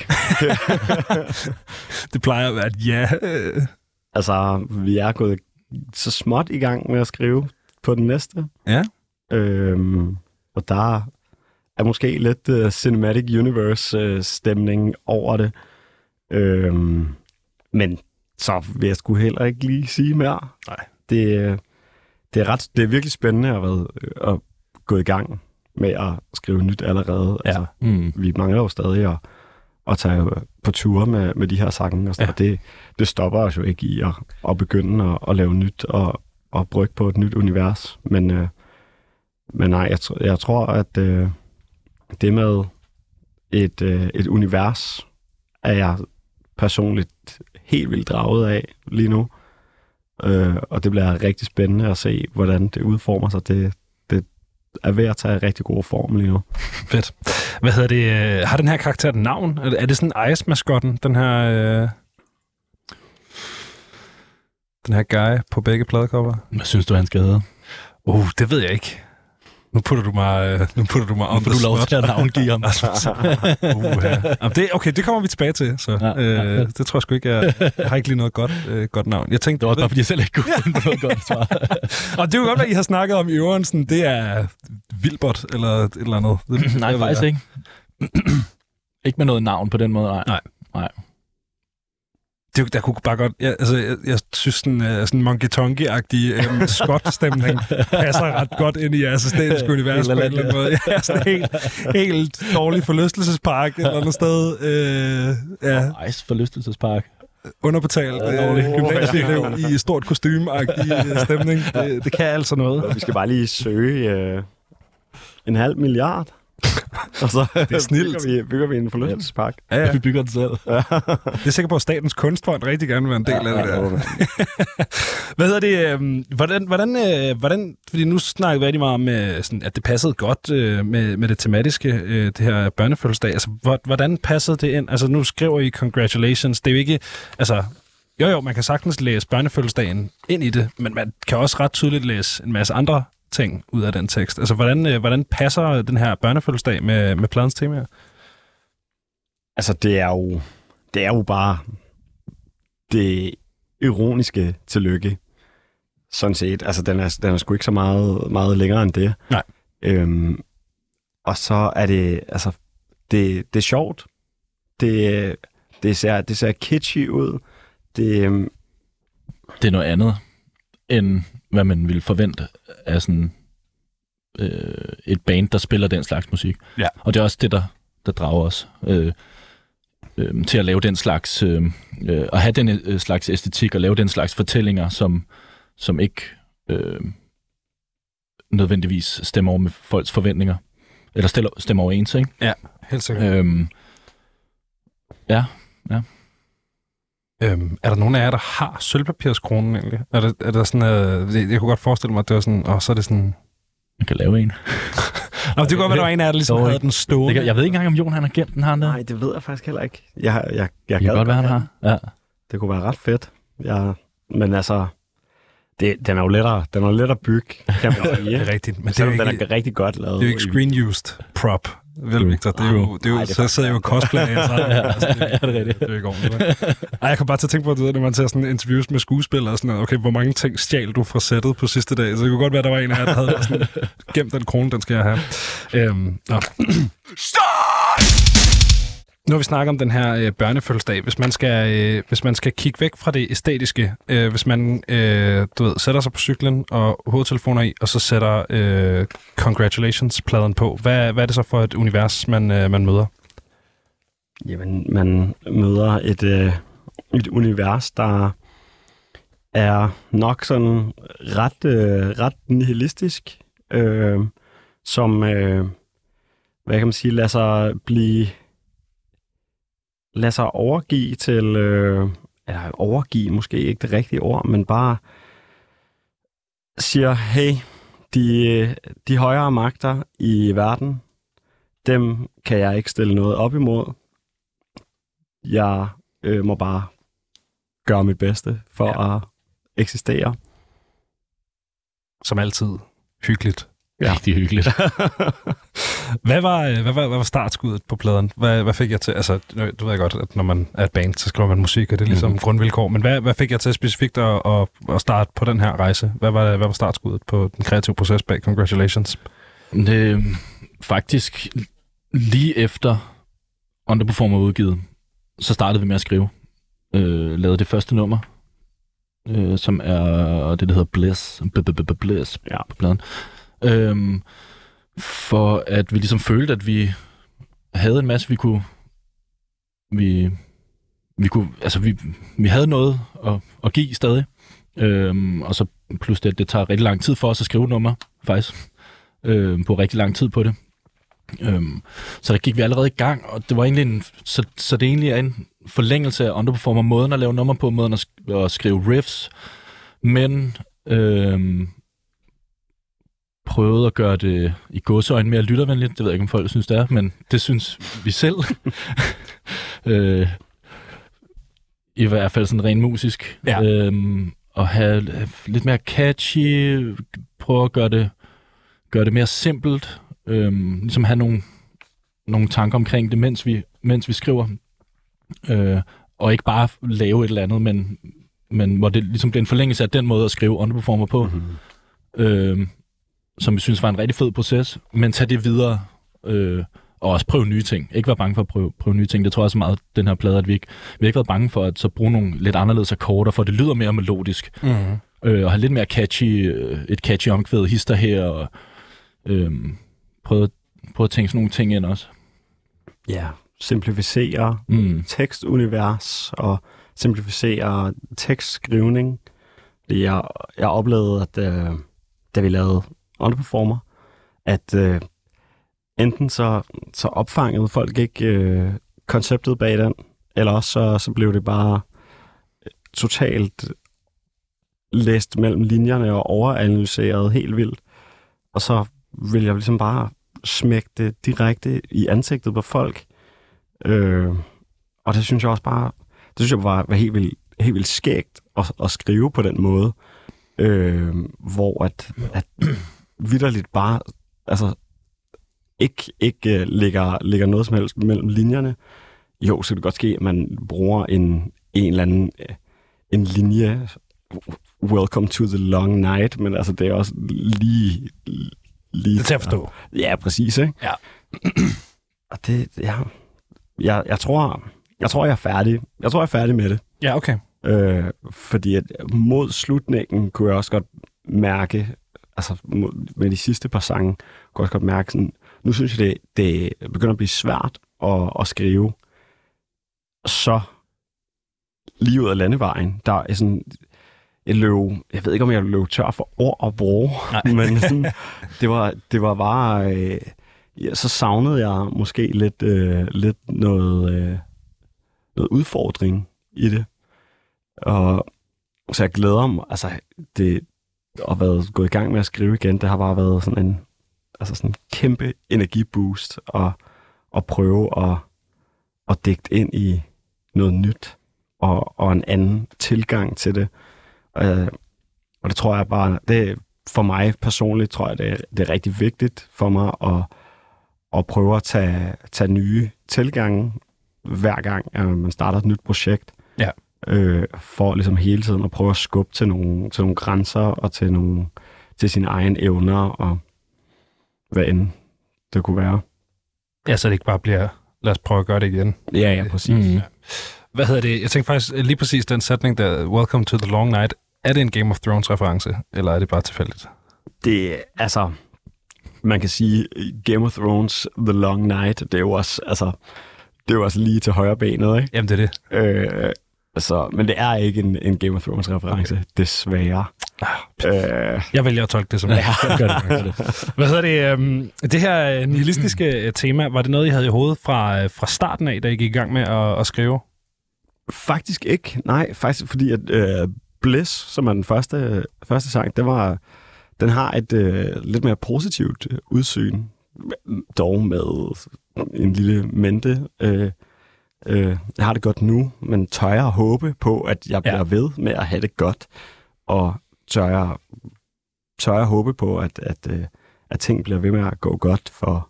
Det plejer at være et ja... Øh. Altså, vi er gået så småt i gang med at skrive på den næste. Ja. Øhm, og der er måske lidt uh, Cinematic Universe-stemning uh, over det. Øhm, men så vil jeg sgu heller ikke lige sige mere. Nej. Det, det, er, ret, det er virkelig spændende at, være, at gå i gang med at skrive nyt allerede. Ja. Altså, mm. Vi mangler jo stadig at, at tage på ture med, med de her sange. Og, ja. det, det stopper os jo ikke i at, at begynde at, at lave nyt og, og brygge på et nyt univers. Men, øh, men nej, jeg, jeg tror, at øh, det med et, øh, et univers er jeg personligt helt vildt draget af lige nu. Øh, og det bliver rigtig spændende at se, hvordan det udformer sig. Det, det er ved at tage rigtig god form lige nu. Fedt. Hvad hedder det? Har den her karakter et navn? Er det sådan Ice-maskotten, den her... Øh... Den her guy på begge pladecover? Hvad synes du, han skal hedde? Uh, det ved jeg ikke. Nu putter du mig, nu putter du mig om. Nu får du lov til at navngive ham. uh, ja. det, okay, det kommer vi tilbage til. Så. Ja, øh, ja. Det tror jeg sgu ikke, jeg, jeg har ikke lige noget godt, øh, godt navn. Jeg tænkte, det var også bare, fordi jeg selv ikke kunne finde på noget godt svar. Og det er jo godt, at I har snakket om i øvrigt, sådan, det er Vilbert eller et eller andet. Det, nej, faktisk ikke. Ikke med noget navn på den måde, nej. Nej. nej. Det, der kunne bare godt... Ja, altså, jeg, jeg synes, sådan, uh, sådan Monkey Tonky-agtig um, skot-stemning passer ret godt ind i assistentiske univers på en eller anden måde. Ja, sådan helt, helt dårlig forlystelsespark et eller andet sted. Uh, ja. Ice forlystelsespark. Underbetalt uh, gymnasieelev i stort kostume-agtig stemning. Det, det kan altså noget. Vi skal bare lige søge uh, en halv milliard. og så det er snilt. bygger, vi, bygger vi en forlystelsespark. Ja, ja. Vi bygger den selv. Ja. Det er sikkert på, at Statens Kunstfond rigtig gerne vil være en del ja, af det der. Hvad hedder det? Øh, hvordan, hvordan, øh, hvordan, fordi nu snakker vi rigtig meget om, øh, sådan, at det passede godt øh, med, med det tematiske, øh, det her børnefødselsdag. Altså, hvordan passede det ind? Altså, nu skriver I congratulations. Det er jo ikke, altså, jo jo, man kan sagtens læse børnefødselsdagen ind i det, men man kan også ret tydeligt læse en masse andre ting ud af den tekst. Altså, hvordan, øh, hvordan passer den her børnefødselsdag med, med pladens temaer? Altså, det er jo, det er jo bare det ironiske tillykke, sådan set. Altså, den er, den er sgu ikke så meget, meget længere end det. Nej. Øhm, og så er det, altså, det, det er sjovt. Det, det, ser, det ser kitschy ud. Det, øhm... det er noget andet, end hvad man ville forvente af sådan øh, et band, der spiller den slags musik. Ja. Og det er også det, der, der drager os øh, øh, til at lave den slags, øh, øh, at have den øh, slags æstetik, og lave den slags fortællinger, som, som ikke øh, nødvendigvis stemmer over med folks forventninger. Eller stemmer, stemmer overens, ikke? Ja, helt sikkert. Øhm, ja, ja. Øhm, er der nogen af jer, der har sølvpapirskronen egentlig? Er der, er der sådan, øh, jeg, jeg kunne godt forestille mig, at det var sådan, og så er det sådan... Man kan lave en. Nå, det kunne godt være, der var en af jer, der ligesom havde den stående. Kan, jeg ved ikke engang, om Jon han har gemt den her. Nej, det ved jeg faktisk heller ikke. Jeg, jeg, jeg, jeg det kan godt være, han har. Ja. Det kunne være ret fedt. Jeg, men altså... Det, den er jo lettere, den er lettere at bygge, kan man sige. Det er rigtigt. Men det er jo ikke, den er rigtig godt lavet. Det er jo ikke screen-used prop, vel, Victor? Det er jo, det er jo, Ej, det er så sidder jeg jo cosplay af. Så, altså, det, ja, det er rigtigt. Det er ikke ordentligt. Ej, jeg kan bare til at tænke på, at når man ser sådan interviews med skuespillere og sådan noget, okay, hvor mange ting stjal du fra sættet på sidste dag? Så det kunne godt være, at der var en af jer, der havde sådan, gemt den krone, den skal jeg have. Øhm, Stop! Nu har vi snakket om den her øh, børnefødselsdag. Hvis man skal, øh, hvis man skal kigge væk fra det æstetiske, øh, hvis man øh, du ved, sætter sig på cyklen og hovedtelefoner i, og så sætter øh, congratulations-pladen på, hvad, hvad er det så for et univers, man, øh, man møder? Jamen, man møder et, øh, et univers, der er nok sådan ret, øh, ret nihilistisk, øh, som, øh, hvad kan man sige, lader sig blive... lade sig overgive til, øh, eller overgive måske ikke det rigtige ord, men bare siger, hey, de, de højere magter i verden, dem kan jeg ikke stille noget op imod. Jeg øh, må bare gøre mit bedste for ja. at eksistere. Som altid. Hyggeligt. Ja. Rigtig hyggeligt. Hvad var, hvad, var, hvad var startskuddet på pladen? Hvad, hvad fik jeg til? Altså, du ved godt, at når man er et band, så skriver man musik, og det er ligesom mm-hmm. grundvilkår. Men hvad, hvad fik jeg til specifikt at, at, at starte på den her rejse? Hvad var, hvad var startskuddet på den kreative proces bag Congratulations? Det faktisk lige efter Underperformer udgivet, så startede vi med at skrive. Øh, lavede det første nummer, øh, som er det, der hedder Bliss. Bliss ja. På pladen. Øhm, for at vi ligesom følte, at vi havde en masse, vi kunne, vi, vi kunne, altså vi, vi havde noget at, at give stadig, øhm, og så pludselig, at det tager rigtig lang tid for os at skrive nummer, faktisk, øhm, på rigtig lang tid på det. Øhm, så der gik vi allerede i gang, og det var egentlig en, så, så det egentlig er en forlængelse af Underperformer, måden at lave nummer på, måden at, sk- at skrive riffs, men øhm, prøvede at gøre det i gåseøjne mere lyttervenligt. Det ved jeg ikke, om folk synes, det er, men det synes vi selv. øh, I hvert fald sådan rent musisk. Ja. Øhm, og have, have lidt mere catchy, prøve at gøre det, gøre det mere simpelt. Øhm, ligesom have nogle, nogle tanker omkring det, mens vi, mens vi skriver. Øh, og ikke bare lave et eller andet, men, men hvor det ligesom bliver en forlængelse af den måde at skrive Underperformer på. Mm-hmm. Øh, som vi synes var en rigtig fed proces, men tage det videre øh, og også prøve nye ting. Ikke være bange for at prøve, prøve nye ting. Det tror jeg også meget, den her plade, at vi ikke, vi har ikke været bange for at så bruge nogle lidt anderledes akkorder, for det lyder mere melodisk. Mm-hmm. Øh, og have lidt mere catchy, øh, et catchy omkvæd hister her, og øh, prøve, prøve at tænke sådan nogle ting ind også. Ja, simplificere mm. tekstunivers og simplificere tekstskrivning. Jeg, jeg oplevede, at øh, da vi lavede Underperformer, at øh, enten så, så opfangede folk ikke øh, konceptet bag den, eller også så, så blev det bare totalt læst mellem linjerne og overanalyseret helt vildt. Og så vil jeg ligesom bare smække det direkte i ansigtet på folk. Øh, og det synes jeg også bare, det synes jeg var, var helt vildt, helt vildt skægt at, at skrive på den måde, øh, hvor at, at vitterligt bare, altså ikke, ikke ligger, ligger noget som helst mellem linjerne. Jo, så kan det godt ske, at man bruger en, en eller anden en linje, welcome to the long night, men altså det er også lige... lige det er til at forstå. Ja, præcis, ikke? Ja. Og det, ja, jeg, jeg tror, jeg tror, jeg er færdig. Jeg tror, jeg er færdig med det. Ja, okay. Øh, fordi at mod slutningen kunne jeg også godt mærke, altså med de sidste par sange, kunne jeg også godt mærke sådan, nu synes jeg, det, det begynder at blive svært at, at skrive så lige ud af landevejen. Der er sådan, jeg løb, jeg ved ikke, om jeg løb tør for ord og bruge, men sådan, det, var, det var bare, øh, ja, så savnede jeg måske lidt, øh, lidt noget, øh, noget udfordring i det. Og så jeg glæder mig, altså det at være gået i gang med at skrive igen, det har bare været sådan en, altså sådan en kæmpe energiboost og at prøve at, at digte ind i noget nyt og, og en anden tilgang til det. Øh, og det tror jeg bare, det for mig personligt, tror jeg, det er, det er rigtig vigtigt for mig at, at prøve at tage, tage nye tilgange hver gang, at man starter et nyt projekt. Ja. Øh, for ligesom hele tiden at prøve at skubbe til nogle, til nogle grænser og til, nogle, til sine egne evner og hvad end det kunne være. Ja, så det ikke bare bliver, lad os prøve at gøre det igen. Ja, ja, præcis. Mm. Ja. Hvad hedder det? Jeg tænkte faktisk lige præcis den sætning der, welcome to the long night. Er det en Game of Thrones reference, eller er det bare tilfældigt? Det, altså, man kan sige, Game of Thrones, The Long Night, det er jo også, altså, det er jo også lige til højre benet, ikke? Jamen, det er det. Øh, altså, men det er ikke en, en Game of Thrones reference, okay. Desværre. Ah, øh, jeg vælger at tolke det som ja. det. Gør det. Hvad hedder det? Um, det her nihilistiske tema, var det noget, I havde i hovedet fra, fra starten af, da I gik i gang med at, at skrive? Faktisk ikke. Nej, faktisk fordi at øh, Bliss, som er den første, første sang, det var, den har et øh, lidt mere positivt udsyn, dog med en lille mente. Øh, øh, jeg har det godt nu, men tør jeg håbe på, at jeg bliver ja. ved med at have det godt, og tør jeg, tør jeg håbe på, at, at, øh, at ting bliver ved med at gå godt for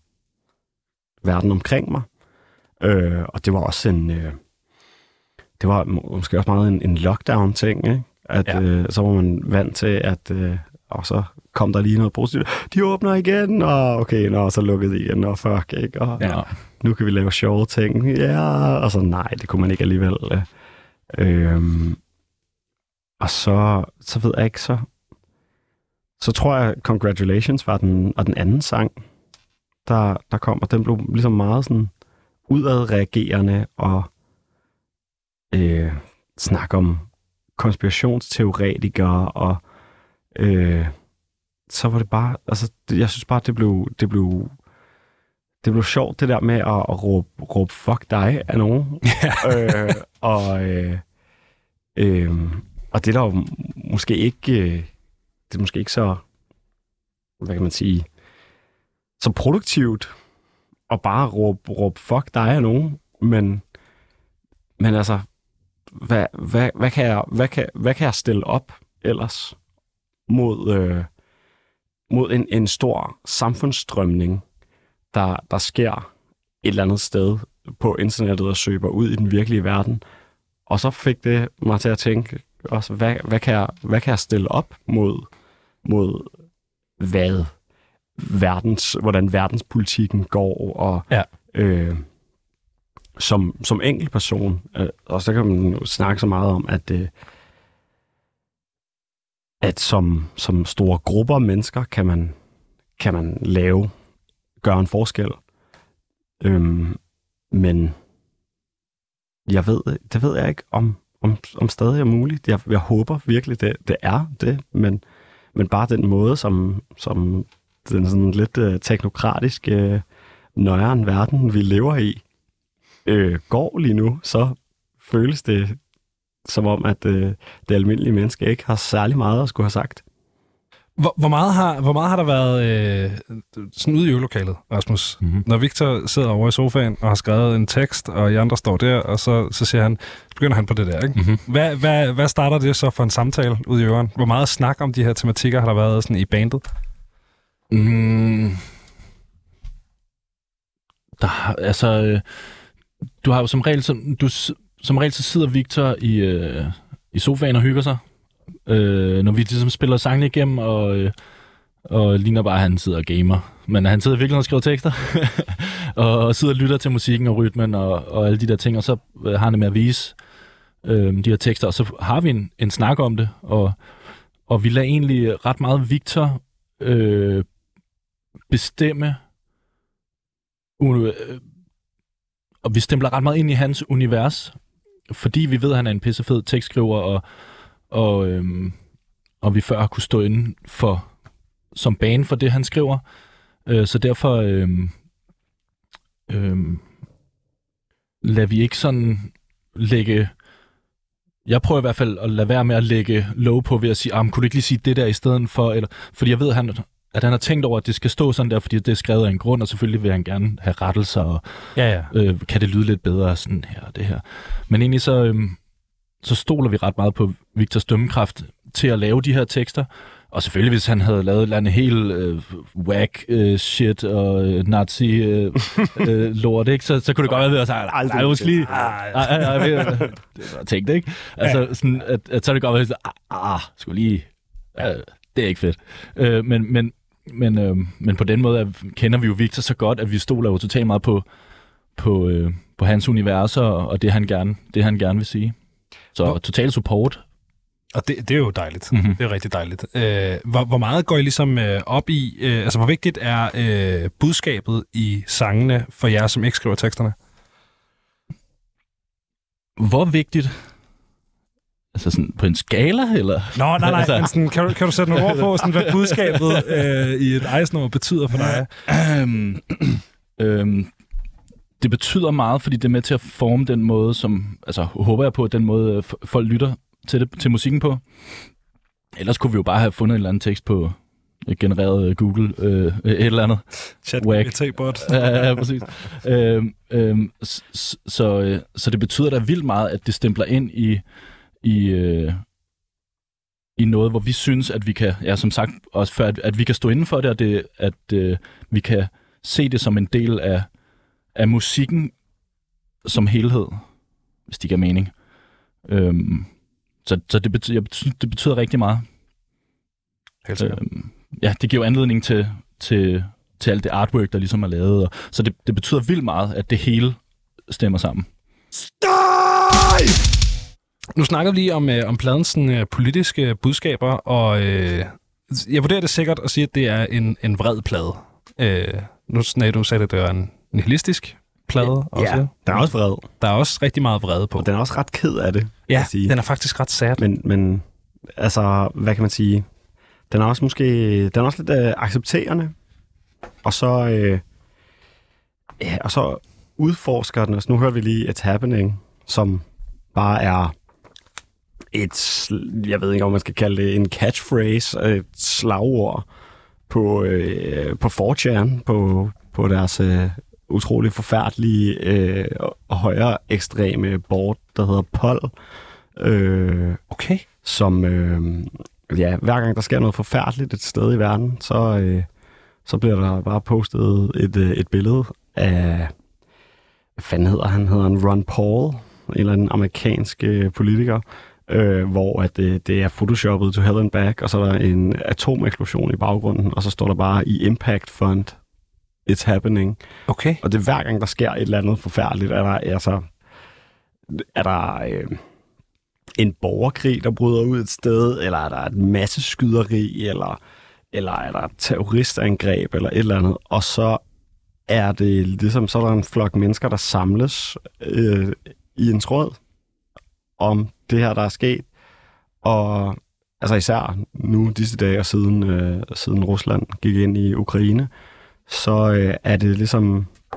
verden omkring mig. Øh, og det var også en... Øh, det var måske også meget en, en lockdown-ting, ikke? At ja. øh, så var man vant til, at øh, og så kom der lige noget positivt. De åbner igen, og okay, nå, så lukkede de igen, og fuck, ikke? Og ja. Nu kan vi lave sjove ting, ja, og så nej, det kunne man ikke alligevel. Øhm, og så, så ved jeg ikke, så så tror jeg, Congratulations var den, var den anden sang, der, der kom, og den blev ligesom meget sådan udadreagerende, og øh, snak om konspirationsteoretikere, og øh, så var det bare, altså, jeg synes bare, det blev, det blev, det blev sjovt, det der med at, at råbe, råbe fuck dig af nogen. Yeah. øh, og, øh, øh, og det der jo måske ikke, øh, det er måske ikke så, hvad kan man sige, så produktivt at bare råbe, råbe fuck dig af nogen, men, men altså, hvad, hvad, hvad, kan jeg, hvad, kan, hvad kan jeg stille op ellers mod, øh, mod en, en stor samfundsstrømning, der, der sker et eller andet sted på internettet og søger ud i den virkelige verden. Og så fik det mig til at tænke, også, hvad, hvad, kan, jeg, hvad kan jeg stille op mod, mod hvad verdens, hvordan verdenspolitikken går, og ja. øh, som, som enkeltperson, øh, og så kan man jo snakke så meget om, at, øh, at som, som store grupper af mennesker kan man, kan man lave, gøre en forskel. Øhm, men jeg ved, det ved jeg ikke, om, om, om stadig er muligt. Jeg, jeg håber virkelig, det, det er det, men, men bare den måde, som, som den sådan lidt øh, teknokratiske øh, nøjeren verden, vi lever i, øh, går lige nu, så føles det som om, at øh, det almindelige menneske ikke har særlig meget at skulle have sagt. Hvor, hvor, meget, har, hvor meget har der været øh, sådan ude i øvelokalet, Rasmus? Mm-hmm. Når Victor sidder over i sofaen og har skrevet en tekst, og I andre står der, og så, så siger han, begynder han på det der, ikke? Mm-hmm. Hvad, hvad, hvad starter det så for en samtale ude i øveren? Hvor meget snak om de her tematikker har der været sådan i bandet? Mm. Der, altså, øh, du har jo som regel, som, du, som regel så sidder Victor i, øh, i sofaen og hygger sig. Øh, når vi ligesom spiller sangene igennem, og, øh, og ligner bare, at han sidder og gamer. Men han sidder virkelig og skriver tekster, og, og sidder og lytter til musikken og rytmen og, og alle de der ting, og så øh, har han det med at vise øh, de her tekster, og så har vi en, en snak om det, og, og vi lader egentlig ret meget Victor øh, bestemme, øh, og vi stempler ret meget ind i hans univers, fordi vi ved, at han er en pissefed tekstskriver, og Og, øhm, og vi før har kunne stå inden for, som bane for det, han skriver. Øh, så derfor øhm, øhm, lader vi ikke sådan lægge... Jeg prøver i hvert fald at lade være med at lægge lov på ved at sige, ah, kunne du ikke lige sige det der i stedet for? Eller, fordi jeg ved, at han, at han har tænkt over, at det skal stå sådan der, fordi det er skrevet af en grund, og selvfølgelig vil han gerne have rettelser, og ja, ja. Øh, kan det lyde lidt bedre sådan her og det her. Men egentlig så... Øhm, så stoler vi ret meget på Victors dømmekraft til at lave de her tekster. Og selvfølgelig, hvis han havde lavet et eller andet helt øh, whack øh, shit og øh, nazi øh, øh, lort, ikke? Så, så kunne det godt være ved at sige, nej, nej, måske lige... Det var tænkt, ikke? Altså, sådan, at, at så er det godt være, at ah, skulle lige... Øh, det er ikke fedt. Øh, men, men, men, øh, men på den måde kender vi jo Victor så godt, at vi stoler jo totalt meget på, på, øh, på hans universer og det han, gerne, det, han gerne vil sige. Så hvor, total support. Og det, det er jo dejligt. Mm-hmm. Det er rigtig dejligt. Øh, hvor, hvor meget går I ligesom øh, op i... Øh, altså, hvor vigtigt er øh, budskabet i sangene for jer, som ikke skriver teksterne? Hvor vigtigt? Altså sådan på en skala, eller? Nå, nej, nej. altså. Men sådan, kan, du, kan du sætte nogle ord på, sådan, hvad budskabet øh, i et ejesnummer betyder for dig? øhm, øhm, Det betyder meget, fordi det er med til at forme den måde, som, altså håber jeg på, den måde folk lytter til, det, til musikken på. Ellers kunne vi jo bare have fundet en eller anden tekst på genereret Google, øh, et eller andet. Chat G P T-bot. Ja, ja, præcis. øhm, øhm, så, så, så det betyder da vildt meget, at det stempler ind i, i, øh, i noget, hvor vi synes, at vi kan, ja, som sagt, også før, at, at vi kan stå inden for det, og det, at øh, vi kan se det som en del af af musikken som helhed, hvis det giver mening. Øhm, så så det, betyder, det betyder rigtig meget. Helt sikkert. Øhm, ja, det giver anledning til, til, til alt det artwork, der ligesom er lavet. Og, så det, det betyder vildt meget, at det hele stemmer sammen. Støj! Nu snakker vi lige om, øh, om pladens sådan, øh, politiske budskaber, og øh, jeg vurderer det sikkert at sige, at det er en, en vred plade. Øh, nu sagde du, at det var en nihilistisk plade. Ja, også. Ja, der er også vred. Der er også rigtig meget vrede på. Og den er også ret ked af det, ja, sige. Den er faktisk ret sad. Men, men altså, hvad kan man sige? Den er også måske, den er også lidt øh, accepterende. Og så, øh, ja, og så udforsker den. Altså, nu hører vi lige It's Happening, som bare er et, jeg ved ikke, om man skal kalde det en catchphrase, et slagord på, øh, på four chan, på, på deres øh, utrolig forfærdelige øh, og højere ekstreme board, der hedder Pol. Øh, okay. Som, øh, ja, hver gang der sker noget forfærdeligt et sted i verden, så, øh, så bliver der bare postet et, et billede af, hvad fanden hedder han? Hedder han Ron Paul, en eller anden amerikansk øh, politiker, øh, hvor at det, det er photoshoppet to hell and back, og så er der en atomeksplosion i baggrunden, og så står der bare i Impact Fund, It's Happening. Okay. Og det er hver gang, der sker et eller andet forfærdeligt, er der, altså, er der øh, en borgerkrig, der bryder ud et sted, eller er der et masse skyderi, eller, eller er der et terroristangreb, eller et eller andet, og så er det ligesom, så er der en flok mennesker, der samles øh, i en tråd om det her, der er sket. Og altså især nu, disse dage siden, øh, siden Rusland gik ind i Ukraine, så øh, er det ligesom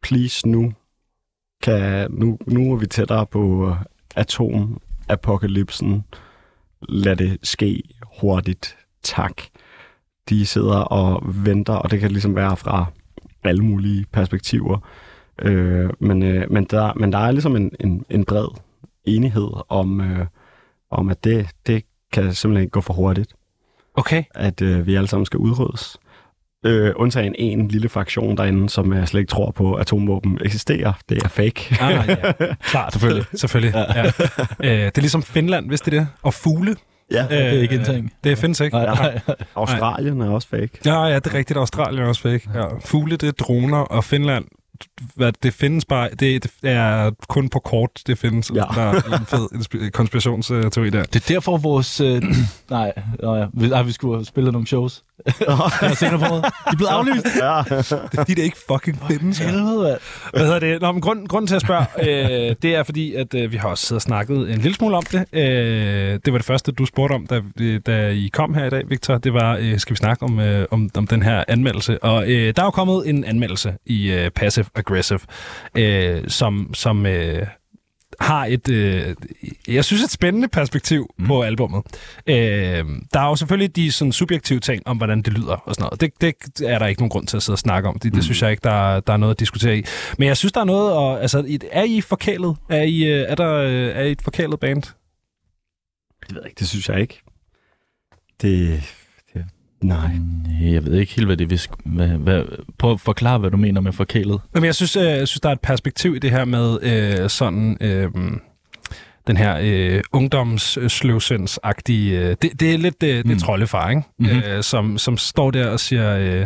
please nu, kan, nu, nu er vi tættere på atomapokalypsen. Lad det ske hurtigt. Tak. De sidder og venter, og det kan ligesom være fra alle mulige perspektiver. Øh, men, øh, men, der, men der er ligesom en, en, en bred enighed om, øh, om at det, det kan simpelthen ikke gå for hurtigt. Okay. At øh, vi alle sammen skal udryddes. Øh, undtagen en lille fraktion derinde, som jeg slet ikke tror på, at atomvåben eksisterer. Det er fake. Ah, ja. Klart, selvfølgelig. selvfølgelig. Ja. Ja. Øh, det er ligesom Finland, vidste I det? Og fugle. Ja, øh, det er ikke en ting. Det findes ikke. Nej, nej. Australien nej. er også fake. Ja, ja, det er rigtigt. Australien er også fake. Ja. Fugle, det er droner, og Finland, hvad, det findes bare, det, det er kun på kort, det findes. Ja. Der er en fed konspirationsteori der. Det er derfor vores... Øh, nej, nej, vi, nej, vi skulle have spillet nogle shows. Jeg senere på året. De er blevet aflyst. Ja. Det er fordi, det ikke fucking findes. Helvede, hvad hedder det? Nå, men grund, grunden til at spørge, øh, det er fordi, at øh, vi har også siddet og snakket en lille smule om det. Øh, det var det første, du spurgte om, da, da I kom her i dag, Victor. Det var, øh, skal vi snakke om, øh, om, om den her anmeldelse. Og øh, der er jo kommet en anmeldelse i øh, Passive Aggressive, øh, som... som øh, har et, øh, jeg synes, et spændende perspektiv mm. på albummet. Øh, der er jo selvfølgelig de sådan, subjektive ting om, hvordan det lyder og sådan noget. Det, det er der ikke nogen grund til at sidde og snakke om. Det, det mm. synes jeg ikke, der, der er noget at diskutere i. Men jeg synes, der er noget... At, altså, er I forkælet? Er I, er der, er I et forkælet band? Det ved jeg ikke. Det synes jeg ikke. Det... det nej. Jeg ved ikke helt, hvad det vil... Hvad, hvad, prøv at forklare, hvad du mener med forkælet. Jamen, jeg synes, jeg synes, der er et perspektiv i det her med øh, sådan... Øh, den her øh, ungdomssløvsindsagtige... Øh, det, det er lidt det, det er troldefar, ikke? Mm-hmm. Øh, som, som står der og siger... Øh,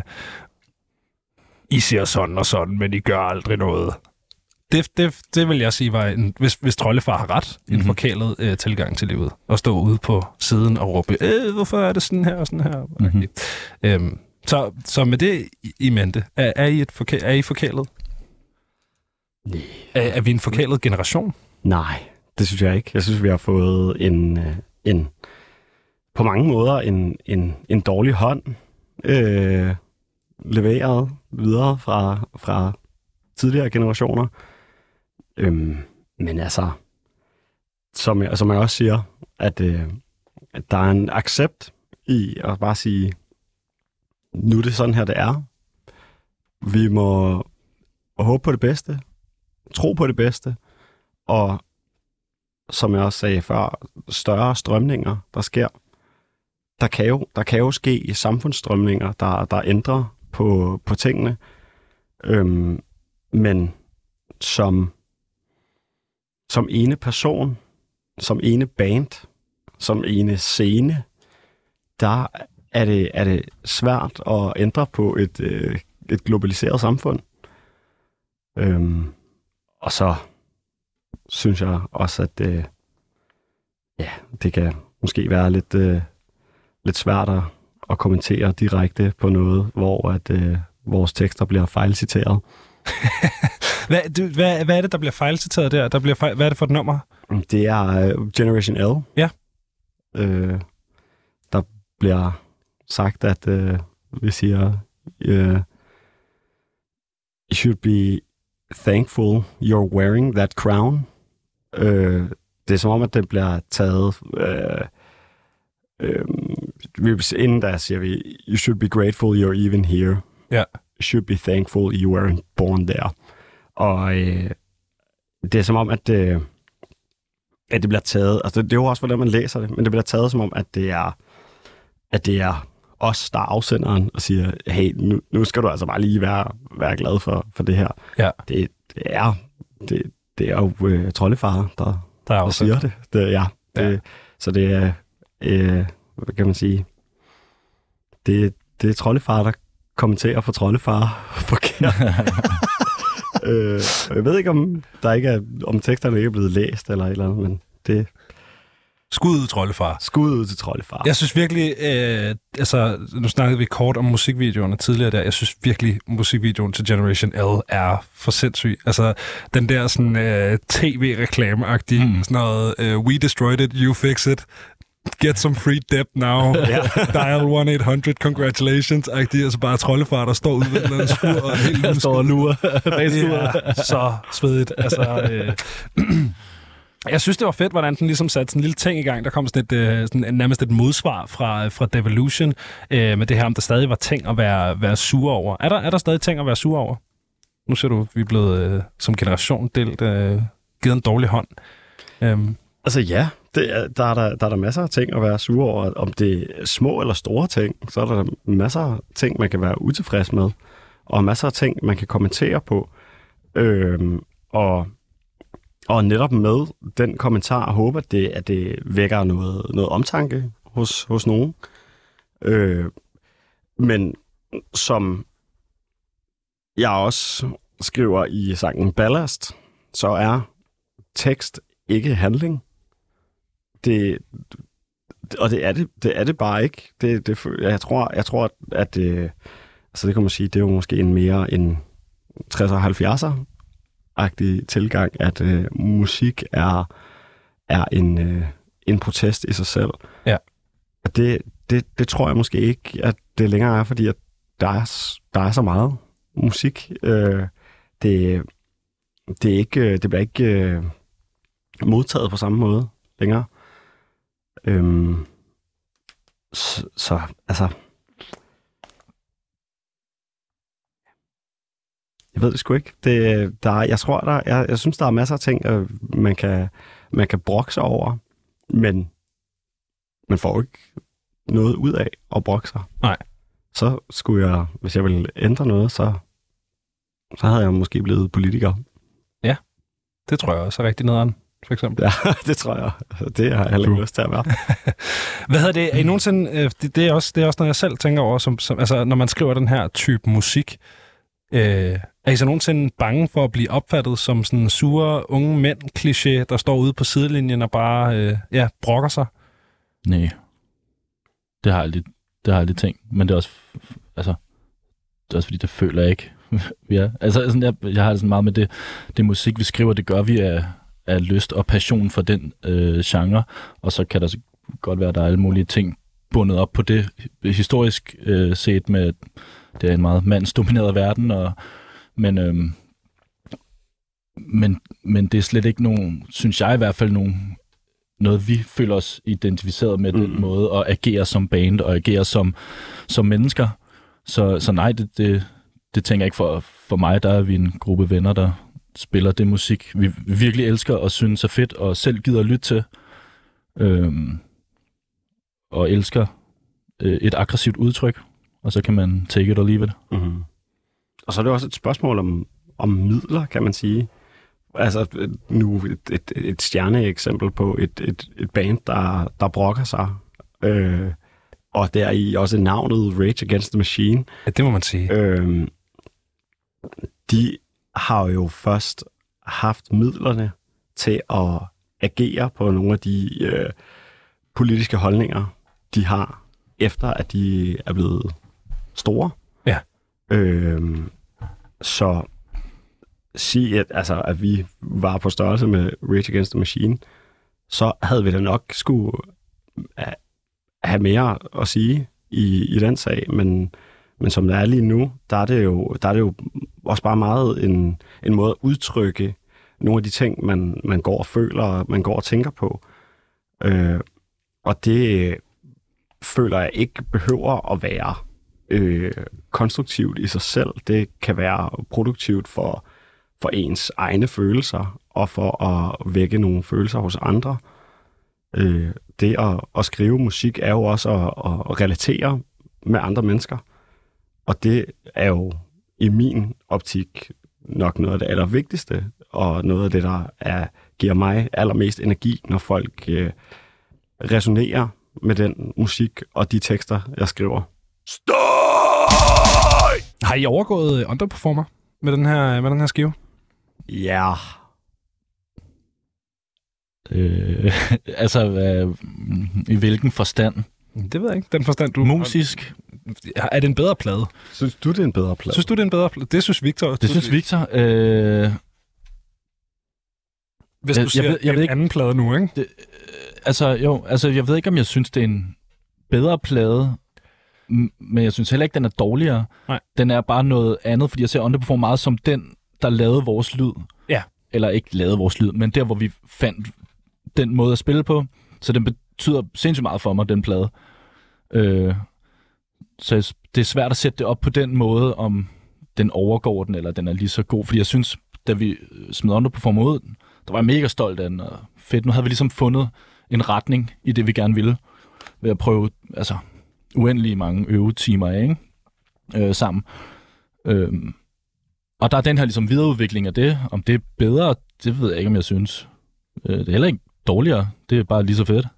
I siger sådan og sådan, men I gør aldrig noget. Det, det, det vil jeg sige var, en, hvis, hvis troldefar har ret, mm-hmm. en forkælet øh, tilgang til livet. Og stå ude på siden og råbe, øh, hvorfor er det sådan her og sådan her? Mm-hmm. Okay. Øhm, så, så med det i, i mente, er, er, I et forkæ, er I forkælet? Nej. Er, er vi en forkælet generation? Nej, det synes jeg ikke. Jeg synes, vi har fået en, en på mange måder en, en, en dårlig hånd øh, leveret videre fra, fra tidligere generationer. Øhm, men altså, som jeg, som jeg også siger, at, øh, at der er en accept i at bare sige, nu er det sådan her, det er. Vi må håbe på det bedste, tro på det bedste, og som jeg også sagde før, større strømninger, der sker. Der kan jo, der kan jo ske samfundsstrømninger, der, der ændrer på, på tingene. Øhm, men som, som ene person, som ene band, som ene scene, der er det, er det svært at ændre på et, øh, et globaliseret samfund. Øhm, og så synes jeg også, at øh, ja, det kan måske være lidt, øh, lidt svært at, at kommentere direkte på noget, hvor at, øh, vores tekster bliver fejlciteret. hvad, du, hvad, hvad er det, der bliver fejlciteret der? der bliver fejl, hvad er det for et nummer? Det er uh, Generation L. Ja. Øh, der bliver sagt, at øh, vi siger, øh, you should be thankful you're wearing that crown. Øh, det er som om, at det bliver taget... Øh, øh, inden da siger vi, you should be grateful you're even here. Ja. You should be thankful you weren't born there. Og øh, det er som om, at, øh, at det bliver taget... Altså, det, det er jo også, hvordan man læser det, men det bliver taget som om, at det er, at det er os, der er afsenderen, og siger, hey, nu, nu skal du altså bare lige være, være glad for, for det her. Ja. Det, det er... Det, det er jo øh, troldefar, der, der, der siger det. det ja, det, ja. Så det er, øh, hvad kan man sige, det, det er troldefar, der kommenterer på troldefar forkert. øh, jeg ved ikke, om der ikke er, om teksterne ikke er blevet læst eller et eller andet, men det... Skud ud, troldefar. Skud ud til troldefar. Jeg synes virkelig, øh, altså, nu snakkede vi kort om musikvideoerne tidligere der, jeg synes virkelig, musikvideoen til Generation L er for sindssyg. Altså, den der sådan øh, tv-reklame-agtige, mm. sådan noget, øh, we destroyed it, you fix it. get some free debt now. Dial one eight hundred, congratulations. Det er altså bare troldefar, der står ude ved den skur og helt der står og lurer. Det er så svedigt. Altså, øh, jeg synes, det var fedt, hvordan den ligesom satte sådan en lille ting i gang. Der kom sådan et, øh, sådan nærmest et modsvar fra, fra Devolution øh, med det her, om der stadig var ting at være, være sure over. Er der, er der stadig ting at være sure over? Nu ser du, vi er blevet øh, som generation delt, øh, givet en dårlig hånd. Um. Altså ja, det er, der, er der, der er der masser af ting at være sure over. Om det er små eller store ting, så er der masser af ting, man kan være utilfreds med. Og masser af ting, man kan kommentere på. Øhm, og, og netop med den kommentar, håber at det, at det vækker noget, noget omtanke hos, hos nogen. Øh, men som jeg også skriver i sangen Ballast, så er tekst ikke handling. Det, og det er det, det er det bare ikke. Det, det, jeg tror, jeg tror, at det, altså det kan man sige, det er jo måske en mere en tresser halvfjerdser-agtig tilgang, at øh, musik er, er en, øh, en protest i sig selv. Ja. Og det, det, det tror jeg måske ikke, at det længere er, fordi at der er, der er så meget musik. Øh, det, det, er ikke, det bliver ikke øh, modtaget på samme måde længere. Øhm, så, så, altså... Jeg ved det sgu ikke. Det, der, jeg tror, der, jeg, jeg synes, der er masser af ting, øh, man kan, man kan brokke sig over, men man får ikke noget ud af at brokke sig. Nej. Så skulle jeg, hvis jeg ville ændre noget, så, så havde jeg måske blevet politiker. Ja, det tror jeg også er rigtig nederen, for eksempel. Ja, det tror jeg. Det har jeg heller ikke lyst til at være. Hvad hedder det? Er I nogensinde, det, det, er også, det er også noget, jeg selv tænker over, som, som, altså, når man skriver den her type musik, øh, er I så nogensinde bange for at blive opfattet som sådan sure unge mænd-kliché, der står ude på sidelinjen og bare øh, ja, brokker sig? Nej. Det har jeg aldrig, det har jeg aldrig tænkt. Men det er også, altså, det er også fordi, det føler jeg ikke. Ja. Altså, sådan, jeg, jeg har det sådan meget med det, det musik, vi skriver, det gør vi af, af lyst og passion for den øh, genre. Og så kan der så godt være, at der er alle mulige ting bundet op på det historisk øh, set med, det er en meget mandsdomineret verden, og, men, øh, men, men det er slet ikke nogen, synes jeg i hvert fald, nogen, noget vi føler os identificeret med mm. den måde, at agere som band og agere som, som mennesker. Så, så nej, det, det, det tænker jeg ikke for, for mig. Der er vi en gruppe venner, der spiller det musik, vi virkelig elsker og synes er fedt, og selv gider at lytte til. Øhm, og elsker øh, et aggressivt udtryk, og så kan man take it or leave it. Mm-hmm. Og så er det også et spørgsmål om, om midler, kan man sige. Altså nu et, et, et stjerneeksempel på et, et, et band, der, der brokker sig. Øh, og der er i også navnet Rage Against the Machine. Ja, det må man sige. Øh, de har jo først haft midlerne til at agere på nogle af de øh, politiske holdninger, de har, efter at de er blevet store. Ja. Øh, så sige, at, altså, at vi var på størrelse med Rage Against the Machine, så havde vi da nok skulle have mere at sige i, i den sag, men, men som det er lige nu, der er det jo, der er det jo også bare meget en, en måde at udtrykke nogle af de ting, man, man går og føler, man går og tænker på. Øh, og det føler jeg ikke behøver at være øh, konstruktivt i sig selv. Det kan være produktivt for for ens egne følelser, og for at vække nogle følelser hos andre. Øh, det at, at skrive musik er jo også at, at relatere med andre mennesker. Og det er jo i min optik nok noget af det allervigtigste, og noget af det, der er, giver mig allermest energi, når folk øh, resonerer med den musik og de tekster, jeg skriver. Støj! Har I overgået Underperformer med den her, med den her skive? Ja. Øh, altså, øh, i hvilken forstand? Det ved jeg ikke. Den forstand, du... Musisk? Er det en bedre plade? Synes du, det er en bedre plade? Synes du, det er en bedre plade? Det synes Victor. Det synes Victor. Øh... Hvis du jeg, siger jeg ved, jeg ved en ikke, anden plade nu, ikke? Det, Altså, jo, altså, jeg ved ikke, om jeg synes, det er en bedre plade, men jeg synes heller ikke, den er dårligere. Nej. Den er bare noget andet, fordi jeg ser Underperform meget som den, der lavede vores lyd. Ja. Eller ikke lavede vores lyd, men der, hvor vi fandt den måde at spille på. Så den betyder sindssygt meget for mig, den plade. Øh, så det er svært at sætte det op på den måde, om den overgår den, eller den er lige så god. Fordi jeg synes, da vi smed Underperform ud, der var jeg mega stolt af den, og fedt. Nu havde vi ligesom fundet en retning i det, vi gerne ville, ved at prøve altså, uendelig mange øvetimer af, ikke? Øh, sammen. Øh, og der er den her ligesom videreudvikling af det. Om det er bedre, det ved jeg ikke, om jeg synes. Øh, det er heller ikke dårligere. Det er bare lige så fedt.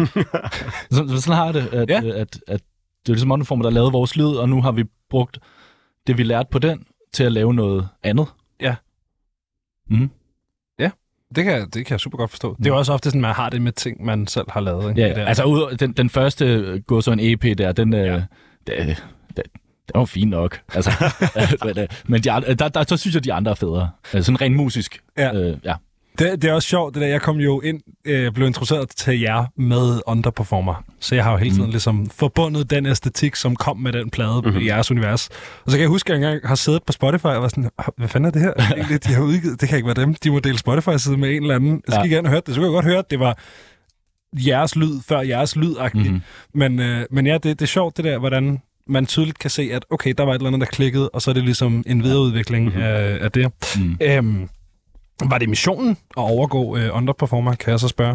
så, sådan har jeg det, at, ja. at, at, at det er ligesom Underperform, der lavede vores lyd, og nu har vi brugt det, vi lærte på den, til at lave noget andet. Ja. Mm. Ja, det kan, det kan jeg super godt forstå. Mm. Det er jo også ofte sådan, man har det med ting, man selv har lavet. Ikke? Ja, ja. Altså ud, den, den første går så en E P der, den, ja. øh, det, det, det var fint nok. Altså, men men de andre, der, der, der synes jeg, de andre er federe. Sådan rent musisk. Ja. Øh, ja. Det, det er også sjovt, det der. Jeg kom jo ind, øh, blev introduceret til jer med Underperformer. Så jeg har jo hele tiden mm. ligesom forbundet den æstetik, som kom med den plade mm-hmm. i jeres univers. Og så kan jeg huske, at jeg engang har siddet på Spotify og var sådan, hvad fanden er det her? Egentlig, de har udgivet. Det kan ikke være dem. De må dele Spotify-side med en eller anden. Jeg skal ja. gerne høre det. Så kunne jeg godt høre, at det var jeres lyd før jeres lyd-agtigt. Mm-hmm. Men, øh, men ja, det, det er sjovt det der, hvordan man tydeligt kan se, at okay, der var et eller andet, der klikkede, og så er det ligesom en videreudvikling mm-hmm. af, af det. Mm. Øhm, Var det missionen at overgå øh, Underperformer, kan jeg så spørge?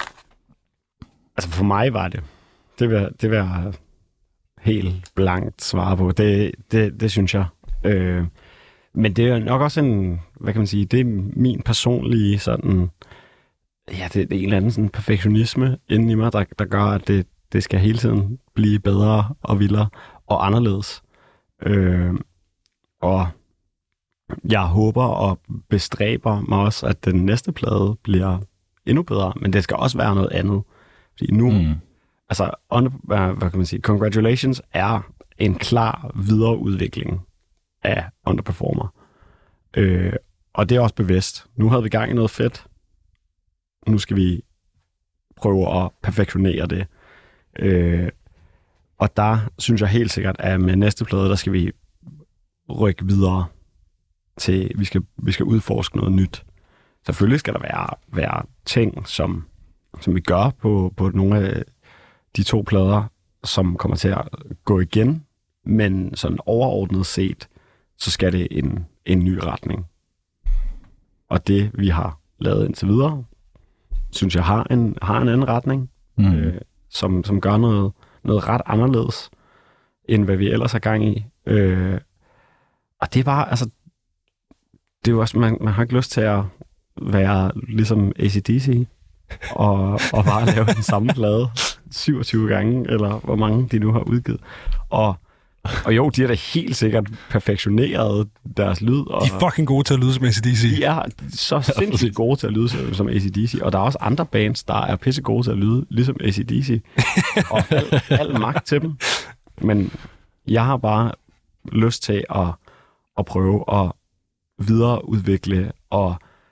Altså for mig var det. Det vil, det vil jeg helt blankt svare på. Det, det, det synes jeg. Øh, men det er nok også en, hvad kan man sige, det er min personlige sådan, ja, det er en eller anden sådan perfektionisme inden i mig, der, der gør, at det, det skal hele tiden blive bedre og vildere og anderledes. Øh, og jeg håber og bestræber mig også, at den næste plade bliver endnu bedre, men det skal også være noget andet. Fordi nu, mm. altså, under, hvad, hvad kan man sige, Congratulations er en klar videreudvikling af Underperformer. Øh, og det er også bevidst. Nu havde vi gang i noget fedt. Nu skal vi prøve at perfektionere det. Øh, og der synes jeg helt sikkert, at med næste plade, der skal vi rykke videre til, vi skal, vi skal udforske noget nyt. Selvfølgelig skal der være, være ting, som, som vi gør på, på nogle af de to plader, som kommer til at gå igen, men sådan overordnet set, så skal det en, en ny retning. Og det, vi har lavet indtil videre, synes jeg har en, har en anden retning, mm. øh, som, som gør noget, noget ret anderledes, end hvad vi ellers har gang i. Øh, og det var, altså, det er jo også, man, man har ikke lyst til at være ligesom A C D C og, og bare lave den samme plade syvogtyve gange, eller hvor mange de nu har udgivet. Og, og jo, de er da helt sikkert perfektioneret deres lyd. Og de er fucking gode til at lyde som A C D C. De er så sindssygt gode til at lyde som A C D C, og der er også andre bands, der er pisse gode til at lyde ligesom A C D C. Og al, al magt til dem. Men jeg har bare lyst til at, at prøve at videreudvikle og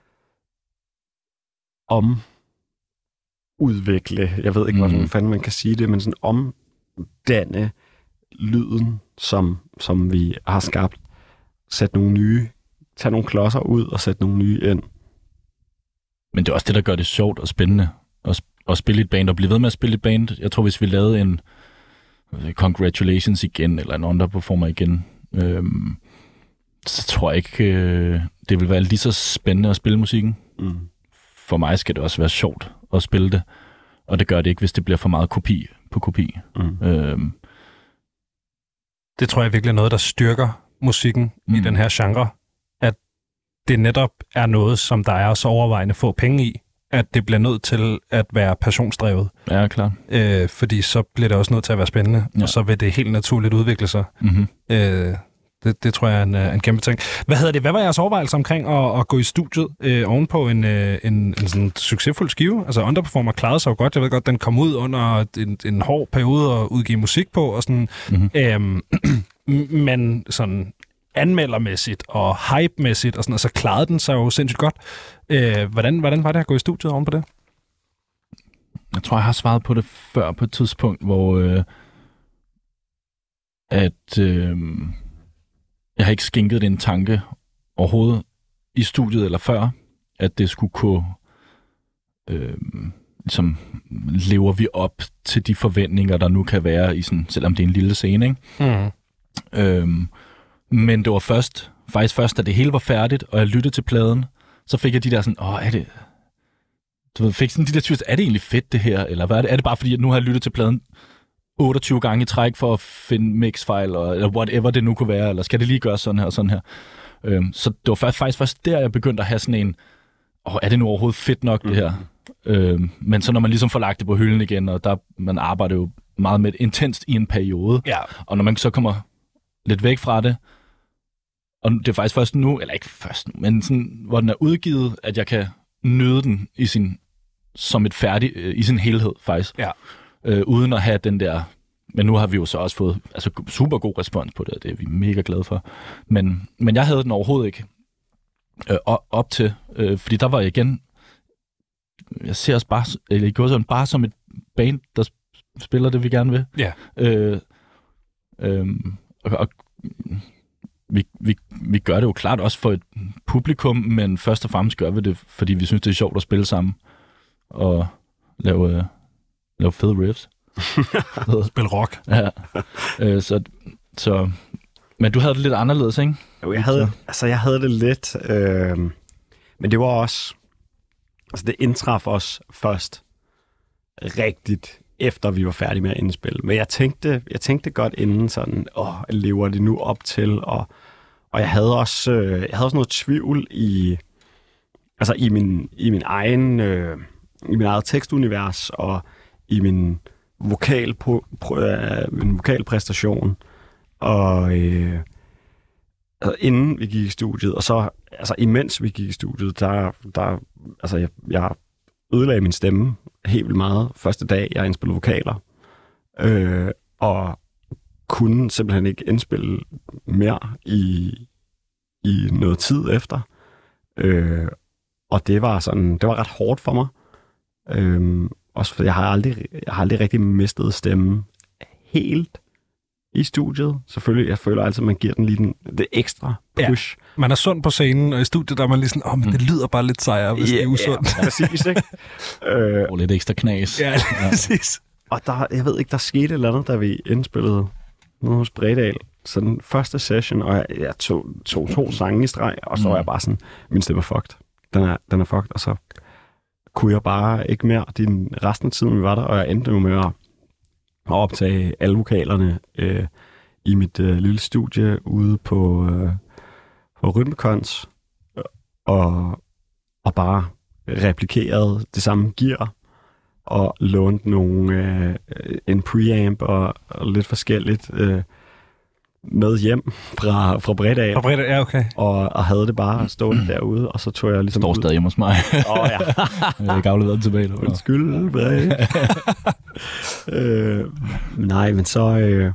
omudvikle, jeg ved ikke, mm. hvordan fanden man kan sige det, men sådan omdanne lyden, som, som vi har skabt. Sætte nogle nye, tage nogle klodser ud og sætte nogle nye ind. Men det er også det, der gør det sjovt og spændende at, at spille et band og blive ved med at spille et band. Jeg tror, hvis vi lavede en Congratulations igen, eller en Underperformer igen, øhm, så tror jeg ikke, øh, det vil være lige så spændende at spille musikken. Mm. For mig skal det også være sjovt at spille det, og det gør det ikke, hvis det bliver for meget kopi på kopi. Mm. Øhm. Det tror jeg virkelig er noget, der styrker musikken mm. i den her genre, at det netop er noget, som der er så overvejende få penge i, at det bliver nødt til at være passionsdrevet. Ja, klart. Øh, fordi så bliver det også nødt til at være spændende, ja. Og så vil det helt naturligt udvikle sig. Mm-hmm. Øh, Det, det tror jeg er en, en kæmpe ting. Hvad hedder det? Hvad var jeres overvejelse omkring at, at gå i studiet øh, ovenpå en, øh, en, en sådan succesfuld skive? Altså Underperformer klarede sig jo godt. Jeg ved godt, den kom ud under en, en hård periode at udgive musik på. Og sådan, mm-hmm. øhm, men sådan anmeldermæssigt og hype-mæssigt og sådan, og så klarede den sig jo sindssygt godt. Øh, hvordan, hvordan var det at gå i studiet ovenpå det? jeg tror, jeg har svaret på det før på et tidspunkt, hvor øh, at øh, jeg har ikke skænket den tanke overhovedet i studiet eller før, at det skulle kunne øh, ligesom, lever vi op til de forventninger, der nu kan være i sådan, selvom det er en lille scene, ikke? Mm. Øhm, men det var først, faktisk først, da det hele var færdigt, og jeg lyttede til pladen, så fik jeg de der sådan, åh, er det... Du ved, fik sådan de der tvivl, er det egentlig fedt, det her? Eller hvad er det? Er det bare fordi, at nu har jeg lyttet til pladen otteogtyve gange i træk for at finde mixfile, og, eller whatever det nu kunne være, eller skal det lige gøre sådan her og sådan her? Øhm, så det var faktisk, faktisk først der, jeg begyndte at have sådan en, åh, er det nu overhovedet fedt nok, det her? Mm. Øhm, men så når man ligesom får lagt det på hylden igen, og der man arbejder jo meget med det intenst i en periode, ja. Og når man så kommer lidt væk fra det, og det er faktisk først nu, eller ikke først nu, men sådan, hvor den er udgivet, at jeg kan nyde den i sin, som et færdig, øh, i sin helhed faktisk. Ja. Øh, uden at have den der, men nu har vi jo så også fået altså, super god respons på det, og det er vi mega glade for. Men, men jeg havde den overhovedet ikke øh, op til, øh, fordi der var jeg igen, jeg ser os bare, eller går sådan bare som et band, der spiller det, vi gerne vil. Ja. Øh, øh, og, og vi, vi, vi gør det jo klart også for et publikum, men først og fremmest gør vi det, fordi vi synes, det er sjovt at spille sammen og lave, øh, lave fede riffs. Spille rock. Ja. Øh, så, så, men du havde det lidt anderledes, ikke? Jo, jeg havde, altså, jeg havde det lidt, øh, men det var også, altså det indtraf os først rigtigt, efter vi var færdige med at indspille. Men jeg tænkte, jeg tænkte godt inden sådan, åh, lever det nu op til? Og, og jeg havde også, øh, jeg havde også noget tvivl i, altså i min, i min egen, øh, i min eget tekstunivers og i min vokal, på, øh, min vokalpræstation. Og øh, altså, inden vi gik i studiet, og så altså imens vi gik i studiet, der, der altså jeg, jeg ødelagde min stemme helt vildt meget første dag, jeg indspillede vokaler. Øh, og kunne simpelthen ikke indspille mere i, i noget tid efter. Øh, og det var sådan, det var ret hårdt for mig. Øh, også fordi jeg har aldrig, jeg har aldrig rigtig mistet stemme helt i studiet. Selvfølgelig, jeg føler altid, at man giver den lige den, det ekstra push. Ja, man er sund på scenen, og i studiet der er man lige sådan, åh, oh, men det lyder bare lidt sejere, hvis yeah, det er usundt. Ja, præcis, ikke? øh, og lidt ekstra knas. Ja, ja. Præcis. Og der, jeg ved ikke, der skete et eller andet, da vi indspillede noget hos Bredal. Så den første session, og jeg, jeg tog, tog to sange i streg, og så mm. var jeg bare sådan, min stemme er fucked. Den er, den er fucked, og så kunne jeg bare ikke mere din resten af tiden, vi var der, og jeg endte jo med at at optage alle vokalerne øh, i mit øh, lille studie ude på, øh, på Rytmekons, og, og bare replikerede det samme gear, og lånte nogle, øh, en preamp og, og lidt forskelligt øh, med hjem fra, fra Bredal. Fra Bredal, ja, okay. Og, og havde det bare stående derude, og så tog jeg ligesom... Står stadig hjemme hos mig. Åh, oh, ja. Jeg har ikke afleveret den tilbage. Undskyld, Bredal. øh, nej, men så... Øh,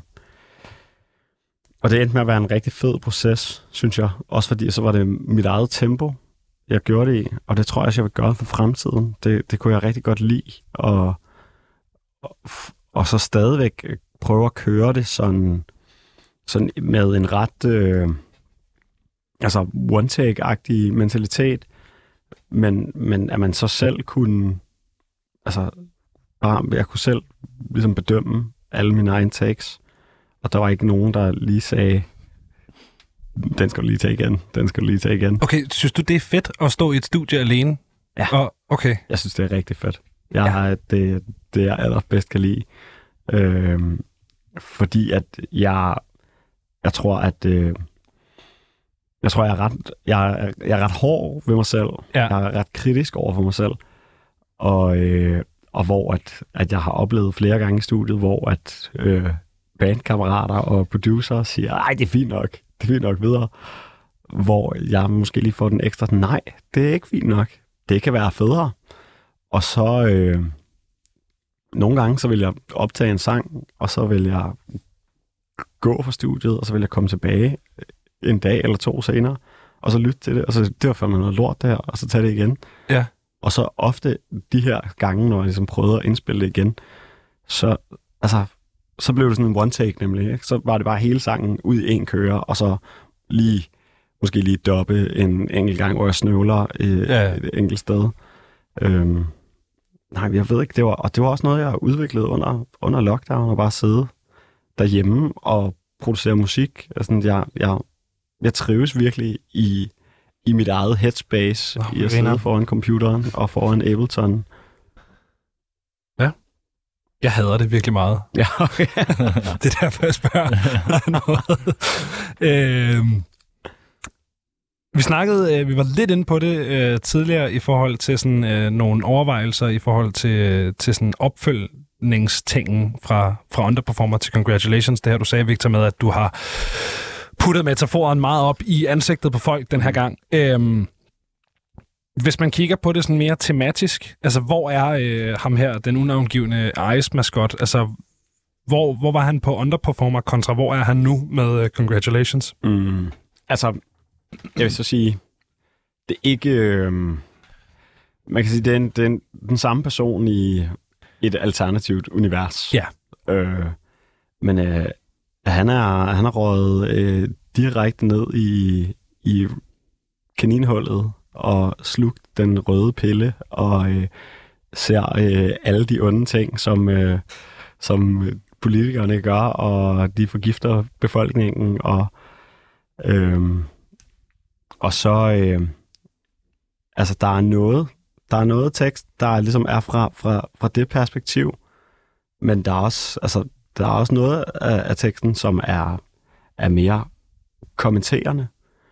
og det endte med at være en rigtig fed proces, synes jeg. Også fordi, så var det mit eget tempo, jeg gjorde det i, og det tror jeg også, jeg vil gøre for fremtiden. Det, det kunne jeg rigtig godt lide. Og, og, og så stadigvæk prøve at køre det sådan... sådan med en ret øh, altså one-take-agtig mentalitet, men, men at man så selv kunne, altså bare, jeg kunne selv ligesom bedømme alle mine egne takes, og der var ikke nogen, der lige sagde, den skal du lige tage igen, den skal du lige tage igen. Okay, synes du, det er fedt at stå i et studie alene? Ja, og, okay. Jeg synes, det er rigtig fedt. Jeg ja. har det, det, jeg allerbedst kan lide. Øh, fordi at jeg Jeg tror, at øh, jeg tror, jeg er ret, jeg er, jeg er ret hård ved mig selv. Ja. Jeg er ret kritisk over for mig selv. Og, øh, og hvor at, at jeg har oplevet flere gange i studiet, hvor at øh, bandkammerater og producer siger, ej, det er fint nok, det er fint nok videre. Hvor jeg måske lige får den ekstra, nej, det er ikke fint nok. Det kan være federe. Og så øh, nogle gange, så vil jeg optage en sang, og så vil jeg gå fra studiet, og så vil jeg komme tilbage en dag eller to senere, og så lytte til det, og så det var fandme noget lort der, og så tage det igen. Ja. Og så ofte de her gange, når jeg ligesom prøvede at indspille det igen, så, altså, så blev det sådan en one-take nemlig. Ikke? Så var det bare hele sangen ud i en køre, og så lige, måske lige doppe en enkelt gang, hvor jeg snøvler øh, ja. et enkelt sted. Øhm, nej, jeg ved ikke, det var, og det var også noget, jeg udviklede under, under lockdown, og bare sidde derhjemme og producere musik. Altså, jeg, jeg, jeg trives virkelig i, i mit eget headspace, oh, i at sidde foran computeren og foran Ableton. Ja. Jeg hader det virkelig meget. Ja, okay. Det er derfor, jeg spørger noget. øhm, vi snakkede, øh, vi var lidt inde på det øh, tidligere i forhold til sådan øh, nogle overvejelser i forhold til, til sådan opfølgningstingen fra, fra Underperformer til Congratulations. Det her, du sagde, Victor, med, at du har puttet metaforen meget op i ansigtet på folk den her gang. Øhm, hvis man kigger på det sådan mere tematisk, altså hvor er øh, ham her, den unavngivne Ice-maskot, altså hvor, hvor var han på Underperformer kontra hvor er han nu med uh, Congratulations? Mm. Altså, jeg vil så sige, det er ikke... Øh, man kan sige, det er, en, det er en, den samme person i et alternativt univers. Ja. Øh, men øh, han er han er røget øh, direkte ned i, i kaninhullet og slugt den røde pille og øh, ser øh, alle de onde ting, som, øh, som politikerne gør, og de forgifter befolkningen, og øh, og så øh, altså der er noget der er noget tekst, der ligesom er fra, fra, fra det perspektiv, men der er også, altså, der er også noget af, af teksten, som er, er mere kommenterende.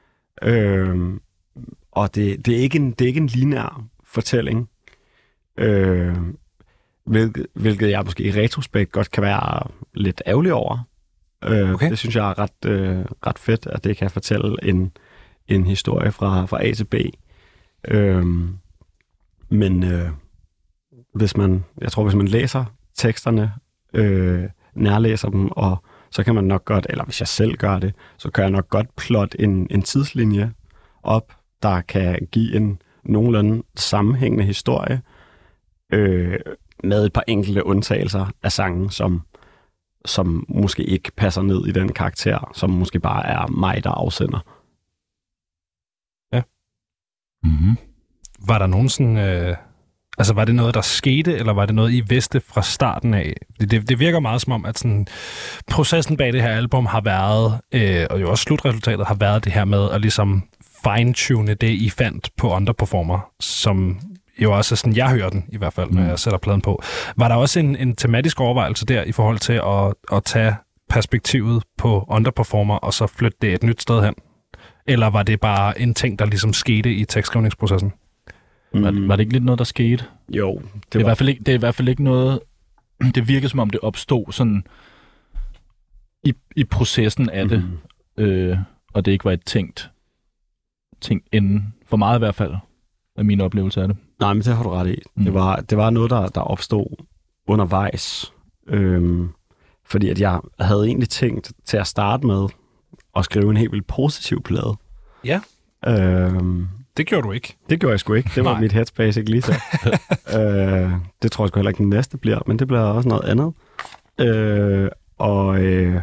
Øh, og det, det, er ikke en, det er ikke en lineær fortælling, øh, hvilket, hvilket jeg måske i retrospekt godt kan være lidt ærgerlig over. Øh, okay. Det synes jeg er ret, øh, ret fedt, at det kan fortælle en, en historie fra, fra A til B. Øh, men øh, hvis man, jeg tror, hvis man læser teksterne, øh, nærlæser dem, og så kan man nok godt, eller hvis jeg selv gør det, så kan jeg nok godt plotte en, en tidslinje op, der kan give en nogenlunde sammenhængende historie, øh, med et par enkelte undtagelser af sangen, som, som måske ikke passer ned i den karakter, som måske bare er mig, der afsender. Ja. Mm-hmm. Var der nogen sådan... Øh, altså, var det noget, der skete, eller var det noget, I vidste fra starten af? Det, det, det virker meget som om, at sådan, processen bag det her album har været, øh, og jo også slutresultatet har været det her med at ligesom fine-tune det, I fandt på Underperformer, som jo også er sådan, jeg hører den i hvert fald, når mm. jeg sætter pladen på. Var der også en, en tematisk overvejelse der i forhold til at, at tage perspektivet på Underperformer, og så flytte det et nyt sted hen? Eller var det bare en ting, der ligesom skete i tekstskrivningsprocessen? Mm. Var, var det ikke lidt noget, der skete? Jo. Det, det, er, var... i hvert fald ikke, det er i hvert fald ikke noget... Det virker som om, det opstod sådan i, i processen af det, mm. øh, og det ikke var et tænkt ting inden. For meget i hvert fald, af min oplevelse af det. Nej, men det har du ret i. Mm. Det, var, det var noget, der, der opstod undervejs. Øhm, fordi at jeg havde egentlig tænkt til at starte med at skrive en helt vildt positiv plade. Ja. Øhm, det gjorde du ikke. Det gjorde jeg sgu ikke. Det var Nej. mit headspace ikke lige så. øh, det tror jeg sgu heller ikke den næste bliver, men det bliver også noget andet. Øh, og øh,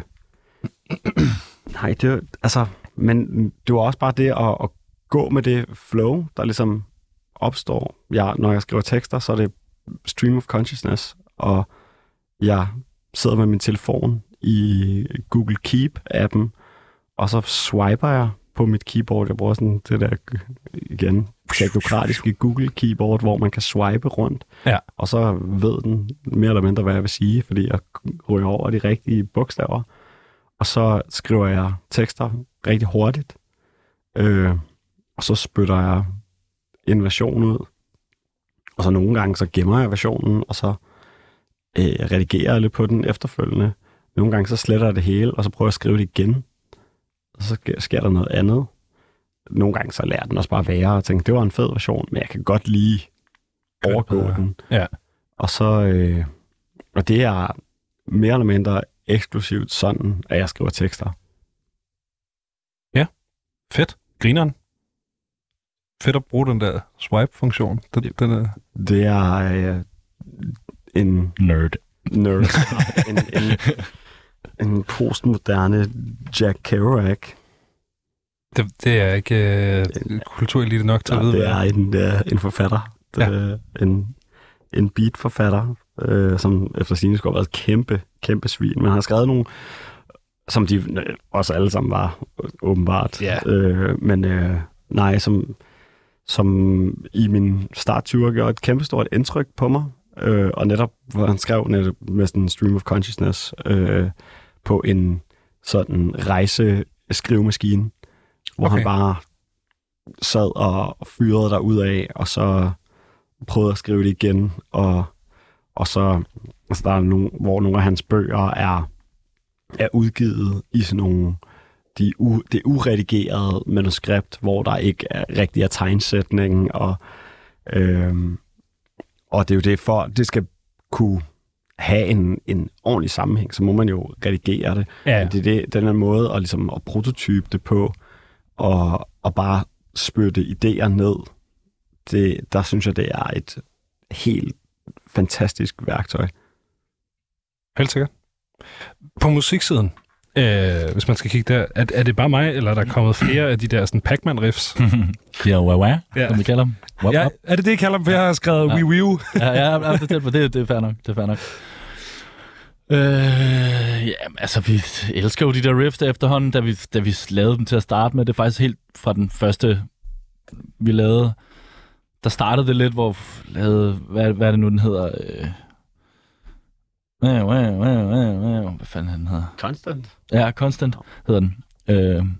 nej, det altså, men det var også bare det at, at gå med det flow, der ligesom opstår. Jeg, når jeg skriver tekster, så er det stream of consciousness, og jeg sidder med min telefon i Google Keep-appen, og så swiper jeg på mit keyboard. Jeg bruger sådan det der, igen, teknokratiske Google Keyboard, hvor man kan swipe rundt, ja. Og så ved den mere eller mindre, hvad jeg vil sige, fordi jeg ryger over de rigtige bogstaver, og så skriver jeg tekster rigtig hurtigt, øh, og så spytter jeg en version ud, og så nogle gange så gemmer jeg versionen, og så øh, redigerer jeg lidt på den efterfølgende. Nogle gange så sletter jeg det hele, og så prøver jeg at skrive det igen, og så sker der noget andet. Nogle gange så lærer den også bare være, og tænker, det var en fed version, men jeg kan godt lige overgå den. Ja. Og så, øh, og det er mere eller mindre eksklusivt sådan, at jeg skriver tekster. Ja, fedt. Grineren. fedt at bruge den der swipe-funktion. Den, den er... Det er øh, en... Nerd. Nerd. en, en, en postmoderne Jack Kerouac. Det, det er ikke øh, kulturelite nok til ja, at vide, det er en, øh, en forfatter. Det, ja. En, en beat-forfatter, øh, som efter sigende skulle have været kæmpe, kæmpe svin. Men han har skrevet nogle, som de øh, også alle sammen var, åbenbart. Ja. Øh, men øh, nej, som, som i min start tyverne gjorde et kæmpestort indtryk på mig. Øh, og netop, hvor han skrev netop med sådan en stream of consciousness øh, på en sådan rejse-skrivemaskine, hvor okay. han bare sad og fyrede der ud af, og så prøvede at skrive det igen, og, og så altså der er nogle, hvor nogle af hans bøger er, er udgivet i sådan nogle de u, det uredigerede manuskript, hvor der ikke er rigtig er tegnsætning, og øhm, og det er jo det, for det skal kunne have en, en ordentlig sammenhæng, så må man jo redigere det. Ja. Det er det, den her måde at, ligesom, at prototype det på, og, og bare spytte idéer ned. Det, der synes jeg, det er et helt fantastisk værktøj. Helt sikkert. På musiksiden, øh, hvis man skal kigge der, er, er det bare mig, eller er der kommet flere af de der sådan Pac-Man-riffs? Ja, wah, wah, ja. som vi kalder dem. Wop, ja, wop. er det det, I kalder dem? For jeg har skrevet ja. Wii Wii. ja, ja, ja, det, det, det, det er fair nok. Det er fair nok. Øh, ja, altså, vi elsker jo de der riffs efterhånden, da vi, da vi lavede dem til at starte med. Det er faktisk helt fra den første, vi lavede. Der startede det lidt, hvor lavede, hvad, hvad er det nu, den hedder? Øh, hvad fanden den hedder? Constant? Ja, Constant hedder den. Øh,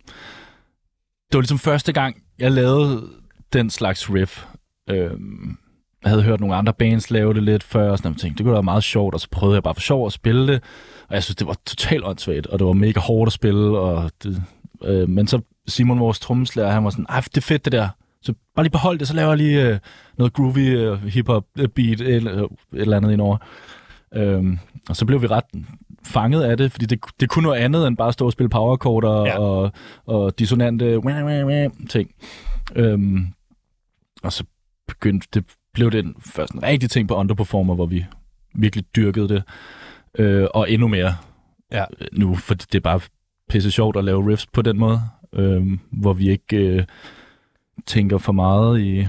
det var ligesom første gang, jeg lavede den slags riff. Øh, jeg havde hørt nogle andre bands lave det lidt før, og sådan noget. Tænkte, det kunne være meget sjovt, og så prøvede jeg bare for sjov at spille det. Og jeg synes, det var totalt åndssvagt, og det var mega hårdt at spille. Og det, øh, men så Simon, vores trommeslager, han var sådan, ej, det er fedt det der. Så bare lige behold det, så laver jeg lige øh, noget groovy øh, hip-hop beat, et, et eller andet indover. Øhm, og så blev vi ret fanget af det, fordi det, det kunne noget andet end bare stå og spille powerchorder ja. og, og dissonante ting. Øhm, og så begyndte det, blev det først en rigtig ting på Underperformer, hvor vi virkelig dyrkede det. Øh, og endnu mere ja. nu, for det er bare pisse sjovt at lave riffs på den måde, øh, hvor vi ikke øh, tænker for meget i,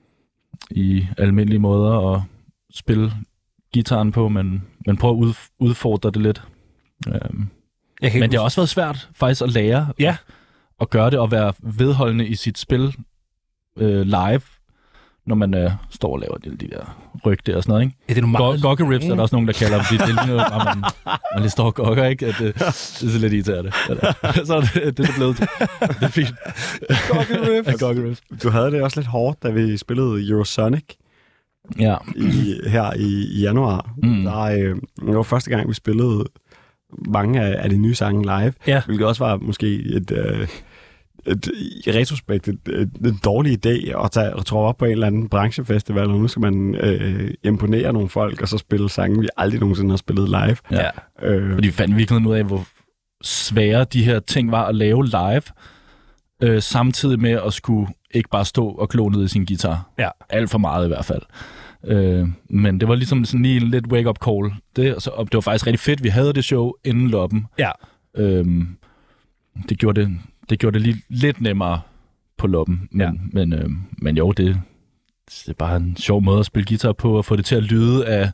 i almindelige måder at spille gitaren på, men, men prøv at ud, udfordre det lidt. Øhm, men det har også været svært faktisk at lære ja. at, at gøre det og være vedholdende i sit spil øh, live, når man øh, står og laver de, de der rygte og sådan noget, ikke? Ja, det er meget... Gogge riffs er der også nogen, der kalder dem. Det er lige noget, bare man, man lige står og gogger, ikke? At, det, det er så lidt irriterende. Så er det det, det er blevet. Det er fint. Gogge riffs. Ja, gogge riffs. Du havde det også lidt hårdt, da vi spillede Eurosonic. Ja. I, her i, i januar. Mm. Der, øh, det var første gang, vi spillede mange af, af de nye sange live, ja. hvilket også var måske et, øh, et, i retrospekt et, et, en dårlig idé at tage, tror op på en eller anden branchefestival, og nu skal man øh, imponere nogle folk, og så spille sange, vi aldrig nogensinde har spillet live. Ja. Øh. Fordi vi fandt virkelig ud af, hvor svære de her ting var at lave live, øh, samtidig med at skulle ikke bare stå og klo ned i sin guitar. Ja. Alt for meget i hvert fald. Øh, men det var ligesom sådan lige en lidt wake-up call. Det, og så, og det var faktisk rigtig fedt, vi havde det show inden loppen. Ja. Øh, det, gjorde det, det gjorde det lige lidt nemmere på loppen. Men, ja. men, øh, men jo, det, det er bare en sjov måde at spille guitar på, og få det til at lyde af...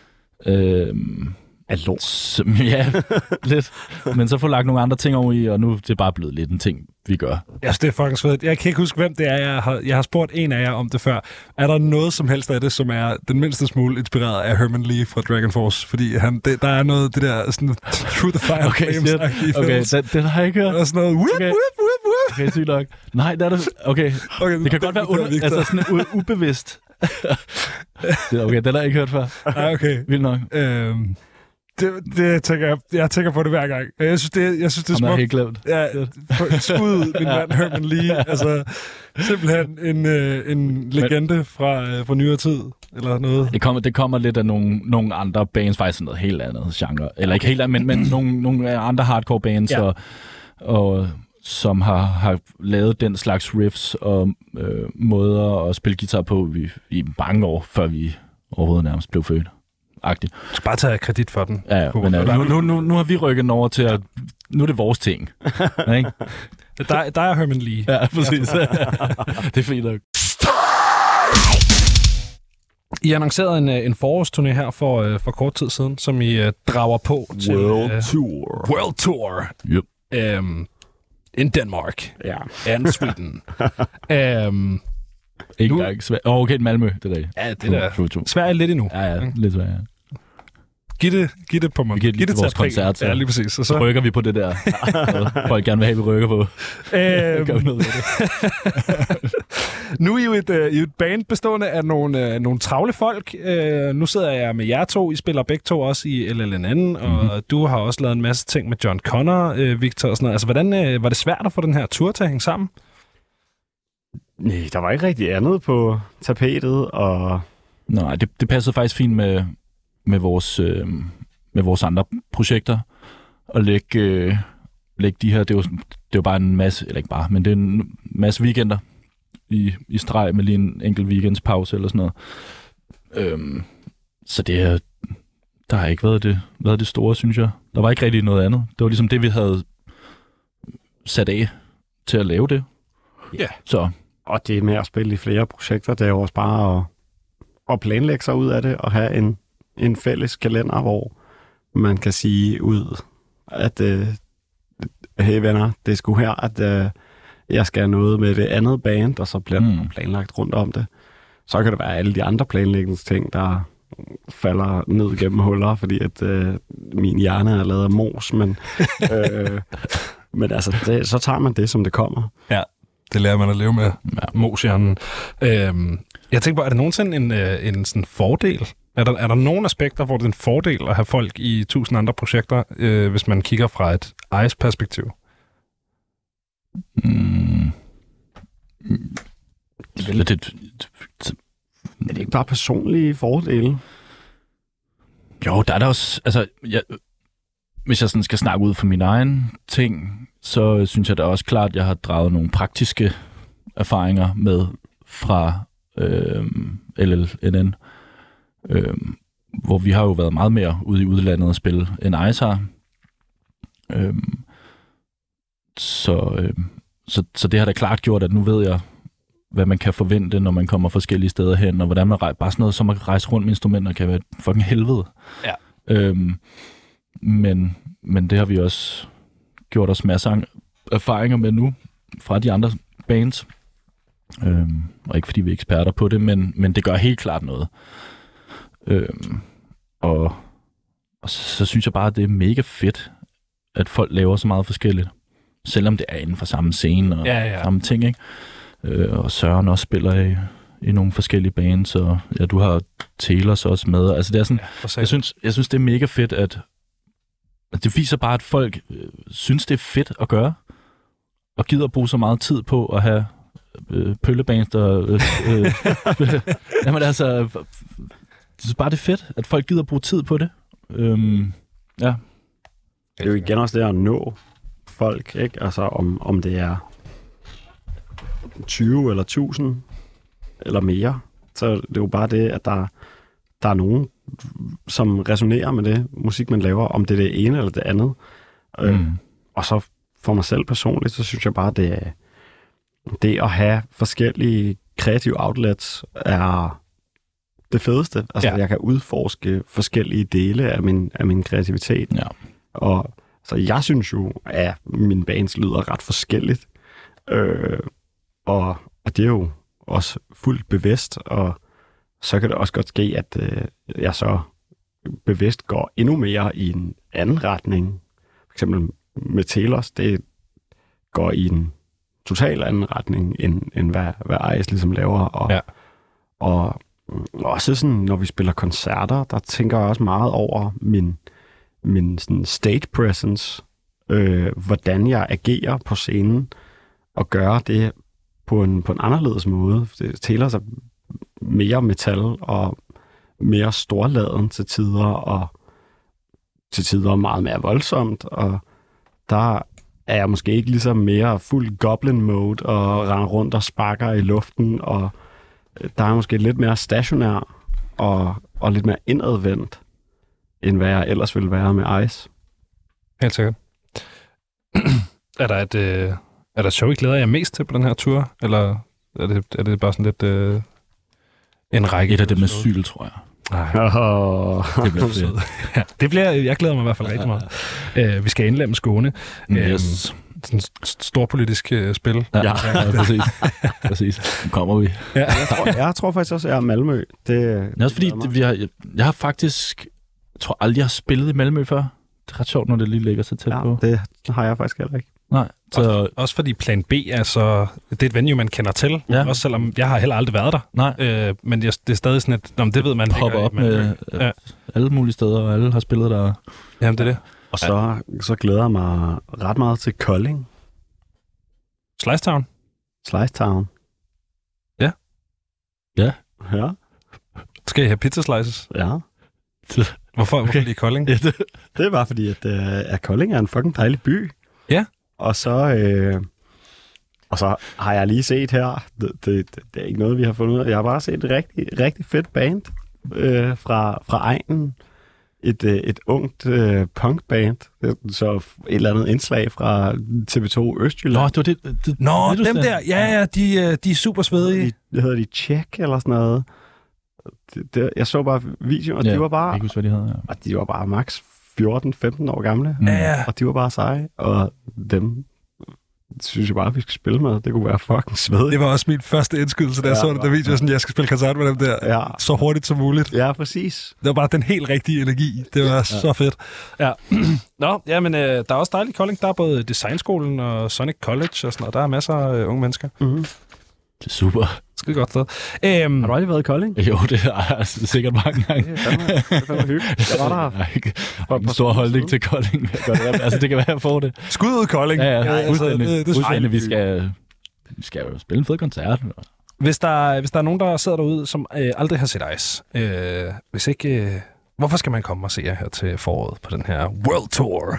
Øh, af lort. Som, ja, lidt. Men så få lagt nogle andre ting over i, og nu er det bare blevet lidt en ting, vi gør. Ja, det er fucking svedigt. Jeg kan ikke huske, hvem det er. Jeg har, jeg har spurgt en af jer om det før. Er der noget som helst af det, som er den mindste smule inspireret af Herman Lee fra Dragon Force? Fordi han, det, der er noget det der sådan Through the Fire okay, Flames. Okay, det, det har jeg ikke hørt. Og sådan noget whip, okay. whip, whip, whip. Okay, sygt nok. Nej, det er det. Okay, okay det kan godt være under, altså sådan u- ubevidst. Okay, den har jeg ikke hørt før. Ah, okay. Vildt nok. Øhm. Det, det tænker jeg, jeg tænker på det hver gang. Jeg synes, det, jeg synes, det er smukt. Han er helt glemt. Ja, skud, min mand Herman Lee. Altså, simpelthen en, øh, en legende fra, øh, fra nyere tid, eller noget. Det kommer, det kommer lidt af nogle, nogle andre bands, faktisk noget helt andet genre. Eller ikke helt andet, men, men nogle, nogle andre hardcore bands, ja. og, og som har, har lavet den slags riffs og øh, måder at spille guitar på i, i mange år, før vi overhovedet nærmest blev født. Agtigt. Du skal bare tage kredit for den. Ja, ja men uh, nu, nu, nu, nu har vi rykket den over til at... Nu er det vores ting. Ja, ikke? Der, der er Herman Lee. Ja, præcis. Det er fint nok. I annoncerede en, en forårsturné her for, for kort tid siden, som I uh, drager på til... World uh, Tour. World Tour. Yep. Um, in Denmark. Ja. And Sweden. um, Ikke nu... engang Sverige. Oh, okay, Malmø, det der. Ja, det der. Sverige lidt endnu. Ja, ja, lidt Sverige, ja. Giv det, giv det på mig. Vi giver det til vores koncert, så, ja, lige præcis. så, så rykker vi på det der. Folk gerne vil have, vi rykker på. Øhm, gør vi noget med det. Nu er I jo et, uh, et band bestående af nogle, uh, nogle travle folk. Uh, nu sidder jeg med jer to. I spiller begge to også i L L N N, mm-hmm. og du har også lavet en masse ting med John Connor, uh, Victor og sådan noget. Altså, hvordan uh, var det svært at få den her tur til at hænge sammen? Nej, der var ikke rigtig andet på tapetet, og... Nej, det, det passede faktisk fint med... med vores, øh, med vores andre projekter, og lægge, øh, lægge de her, det er, jo, det er jo bare en masse, eller ikke bare, men det er en masse weekender i, i streg med lige en enkelt weekendspause eller sådan noget. Øhm, så det er, der har ikke været det, været det store, synes jeg. Der var ikke rigtig noget andet. Det var ligesom det, vi havde sat af til at lave det. Ja. Yeah. Så. Og det med at spille i flere projekter, det er jo også bare at, at planlægge sig ud af det, og have en en fælles kalender, hvor man kan sige ud, at øh, hey venner, det er sgu her, at øh, jeg skal have noget med det andet band, og så bliver mm. planlagt rundt om det. Så kan det være alle de andre planlægningsting, der falder ned gennem huller, fordi at øh, min hjerne er lavet af mos, men, øh, men altså, det, så tager man det, som det kommer. Ja, det lærer man at leve med, ja. Moshjernen. Øhm, jeg tænker på, er det nogensinde en, en sådan fordel? Er der, er der nogle aspekter, hvor det er en fordel at have folk i tusind andre projekter, øh, hvis man kigger fra et ejes-perspektiv? Mm. Det er, vel, det, det, er det ikke bare personlige fordele? Jo, der er der også... Altså, jeg, hvis jeg sådan skal snakke ud fra min egen ting, så synes jeg da også klart, at jeg har draget nogle praktiske erfaringer med fra øh, L L N N. Øhm, hvor vi har jo været meget mere ude i udlandet og spille end Ice har. Øhm, så, øhm, så, så det har da klart gjort, at nu ved jeg, hvad man kan forvente, når man kommer forskellige steder hen, og hvordan man rejser. Bare sådan noget som at rejse rundt med instrumenter kan være et fucking helvede. Ja. Øhm, men, men det har vi også gjort os masser af erfaringer med nu fra de andre bands. Øhm, og ikke fordi vi er eksperter på det, men, men det gør helt klart noget. Øhm, og, og så, så synes jeg bare, at det er mega fedt, at folk laver så meget forskelligt. Selvom det er inden for samme scene og ja, ja. samme ting, ikke? Øh, og Søren også spiller i, i nogle forskellige bands, og ja, du har Taylors også med. Altså det er sådan, ja, jeg, synes, jeg synes, det er mega fedt, at, at det viser bare, at folk øh, synes, det er fedt at gøre, og gider at bruge så meget tid på at have øh, pøllebands, der... Øh, øh, jamen altså... Jeg synes bare, det er fedt, at folk gider at bruge tid på det. Øhm, ja. Det er jo igen også det at nå folk, ikke? Altså om, om det er tyve eller tusind eller mere. Så det er jo bare det, at der, der er nogen, som resonerer med det musik, man laver, om det er det ene eller det andet. Mm. Øh, og så for mig selv personligt, så synes jeg bare, det er det at have forskellige kreative outlets er det fedeste. Altså, ja. Jeg kan udforske forskellige dele af min, af min kreativitet. Ja. Og så jeg synes jo, at min bands lyder ret forskelligt. Øh, og, og det er jo også fuldt bevidst, og så kan det også godt ske, at øh, jeg så bevidst går endnu mere i en anden retning. For eksempel med Taylors, det går i en total anden retning, end, end hvad, hvad Ice ligesom laver. Og, ja. og også sådan, når vi spiller koncerter, der tænker jeg også meget over min, min sådan stage presence, øh, hvordan jeg agerer på scenen, og gør det på en, på en anderledes måde. Taylors er mere metal og mere storladen til tider, og til tider meget mere voldsomt, og der er jeg måske ikke ligesom mere fuld goblin mode og render rundt og sparker i luften, og der er måske lidt mere stationær og, og lidt mere indadvendt, end hvad jeg ellers ville være med Ice. Helt sikkert. er der et øh, er der show, I glæder jer mest til på den her tur, eller er det, er det bare sådan lidt øh, en række? Et af det med syl, tror jeg. Nej. Oh. Det bliver fedt. ja, det bliver, jeg glæder mig i hvert fald rigtig meget. Uh, vi skal indlemme Skåne. Yes. Um, sådan et storpolitisk uh, spil. Ja, ja. ja præcis. præcis. Nu kommer vi. Ja. Jeg, tror, jeg tror faktisk også, at jeg er Malmø. Det, det er også fordi, det, vi har, jeg, jeg har faktisk, jeg tror aldrig, jeg har spillet i Malmø før. Det er ret sjovt, når det lige ligger så tæt ja, på. det har jeg faktisk heller ikke. Nej. Så... Også, også fordi Plan B er så... Det er et venue, man kender til. Ja. Også selvom jeg har heller aldrig været der. Nej. Øh, men det er stadig sådan et... Nå, det ved man. Popper op med ja. alle mulige steder, og alle har spillet der. Jamen, det er det. Og så, så glæder jeg mig ret meget til Kolding. Slice Town? Slice Town. Ja. Ja. Ja. Skal I have pizza slices? Ja. Hvorfor? Okay. Hvorfor lige Kolding? Ja, det, det er bare fordi, at, uh, at Kolding er en fucking dejlig by. Ja. Og så, øh, og så har jeg lige set her, det, det, det er ikke noget, vi har fundet ud af, jeg har bare set et rigtig, rigtig fedt band øh, fra, fra egnen. Et, øh, et ungt øh, punkband, så et eller andet indslag fra T V to Østjylland. Nå, det var det. det Nå, det, dem der, ja, ja, de, de er super svedige. De, hedder de Check eller sådan noget. Det, det, jeg så bare videoen, og ja, de var bare... Jeg huske, hvad de hedder, ja. Og de var bare max fjorten femten år gamle. Ja, ja. Og de var bare seje, og dem synes jeg bare, vi skal spille med. Det kunne være fucking svedigt. Det var også min første indskydelse, da jeg ja, så det der video, sådan, jeg skal spille koncert med dem der, ja. så hurtigt som muligt. Ja, præcis. Det var bare den helt rigtige energi. Det var ja. så fedt. Ja. Nå, ja, men øh, der er også dejligt Kolding. Der er både Designskolen og Sonic College og sådan noget. Der er masser af øh, unge mennesker. Mm-hmm. Det er super. Skide godt sted. Æm... Har du aldrig været i Kolding? Jo, det har jeg sikkert mange gange. Det er fandme, det er fandme hyggeligt. Jeg var der. Jeg har ikke en stor holdning til Kolding. Altså, det kan være, jeg får det. Skud ud Kolding. Ja, ja, ja udstændig. Altså, det, det udstændig. Vi skal, vi skal jo spille en fed koncert. Hvis der, hvis der er nogen, der sidder derude, som øh, aldrig har set Ice, øh, hvis ikke... Øh, hvorfor skal man komme og se jer her til foråret på den her World Tour?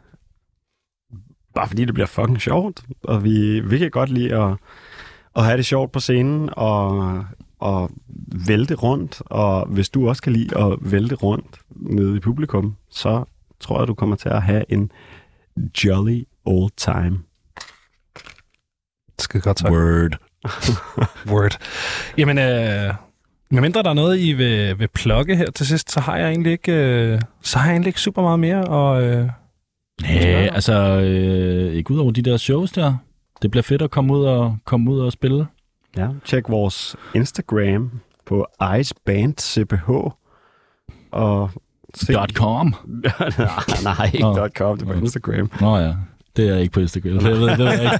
Bare fordi det bliver fucking sjovt. Og vi, vi kan godt lide at... og have det sjovt på scenen, og, og vælte rundt. Og hvis du også kan lide at vælte rundt nede i publikum, så tror jeg, du kommer til at have en jolly old time. Skide godt sagt. Word. Word. Jamen, øh, medmindre der er noget, I vil, vil plukke her til sidst, så har jeg egentlig ikke, øh, så har jeg egentlig ikke super meget mere. Og, øh, ja, altså, øh, ikke ud over de der shows der. Det bliver fedt at komme ud og, komme ud og spille. Ja, tjek vores Instagram på icebandcph. Og se... .com? nej, ikke oh. .com, det er på Instagram. Nå ja, det er ikke på Instagram. Det ved, det ved jeg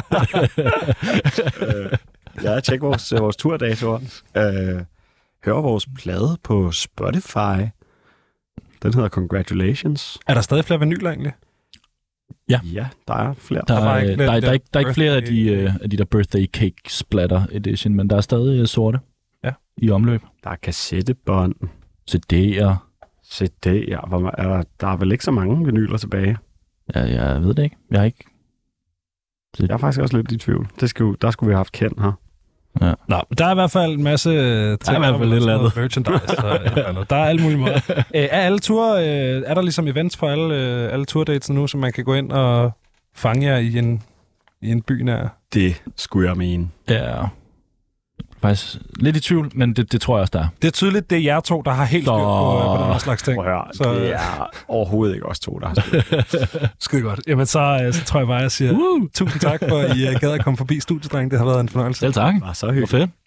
ikke. Ja, tjek vores, vores turdatoer. Uh, hør vores plade på Spotify. Den hedder Congratulations. Er der stadig flere vinyler egentlig? Ja. ja, der er flere. Der, der, er, der, der, der, er, ikke, der er ikke flere af de, uh, af de der birthday cake splatter edition, men der er stadig uh, sorte ja. i omløb. Der er kassettebånd. C D'er. C D'er. Hvor er der, der er vel ikke så mange vinyler tilbage? Ja, jeg ved det ikke. Jeg har ikke... Jeg er faktisk også lidt i tvivl. Det skulle, der skulle vi have haft kendt her. Ja. Nå, der er i hvert fald en masse der er i hvert fald lidt andet merchandise og et eller andet. Der er alle mulige måder. Æ, er alle tur, øh, er der ligesom events for alle, øh, alle tourdates nu, som man kan gå ind og fange jer i en, i en by nær? Det skulle jeg mene. Ja, faktisk lidt i tvivl, men det, det tror jeg også, der er. Det er tydeligt, det er jer to, der har helt styr på, på den her slags ting. Høre, så... Det er overhovedet ikke os to, der har styr. Skide godt. Jamen, så, så tror jeg bare, jeg siger uh! tusind tak for, at I gad at komme forbi studiedreng. Det har været en fornøjelse. Selv tak. Det var så hyggeligt. Fedt.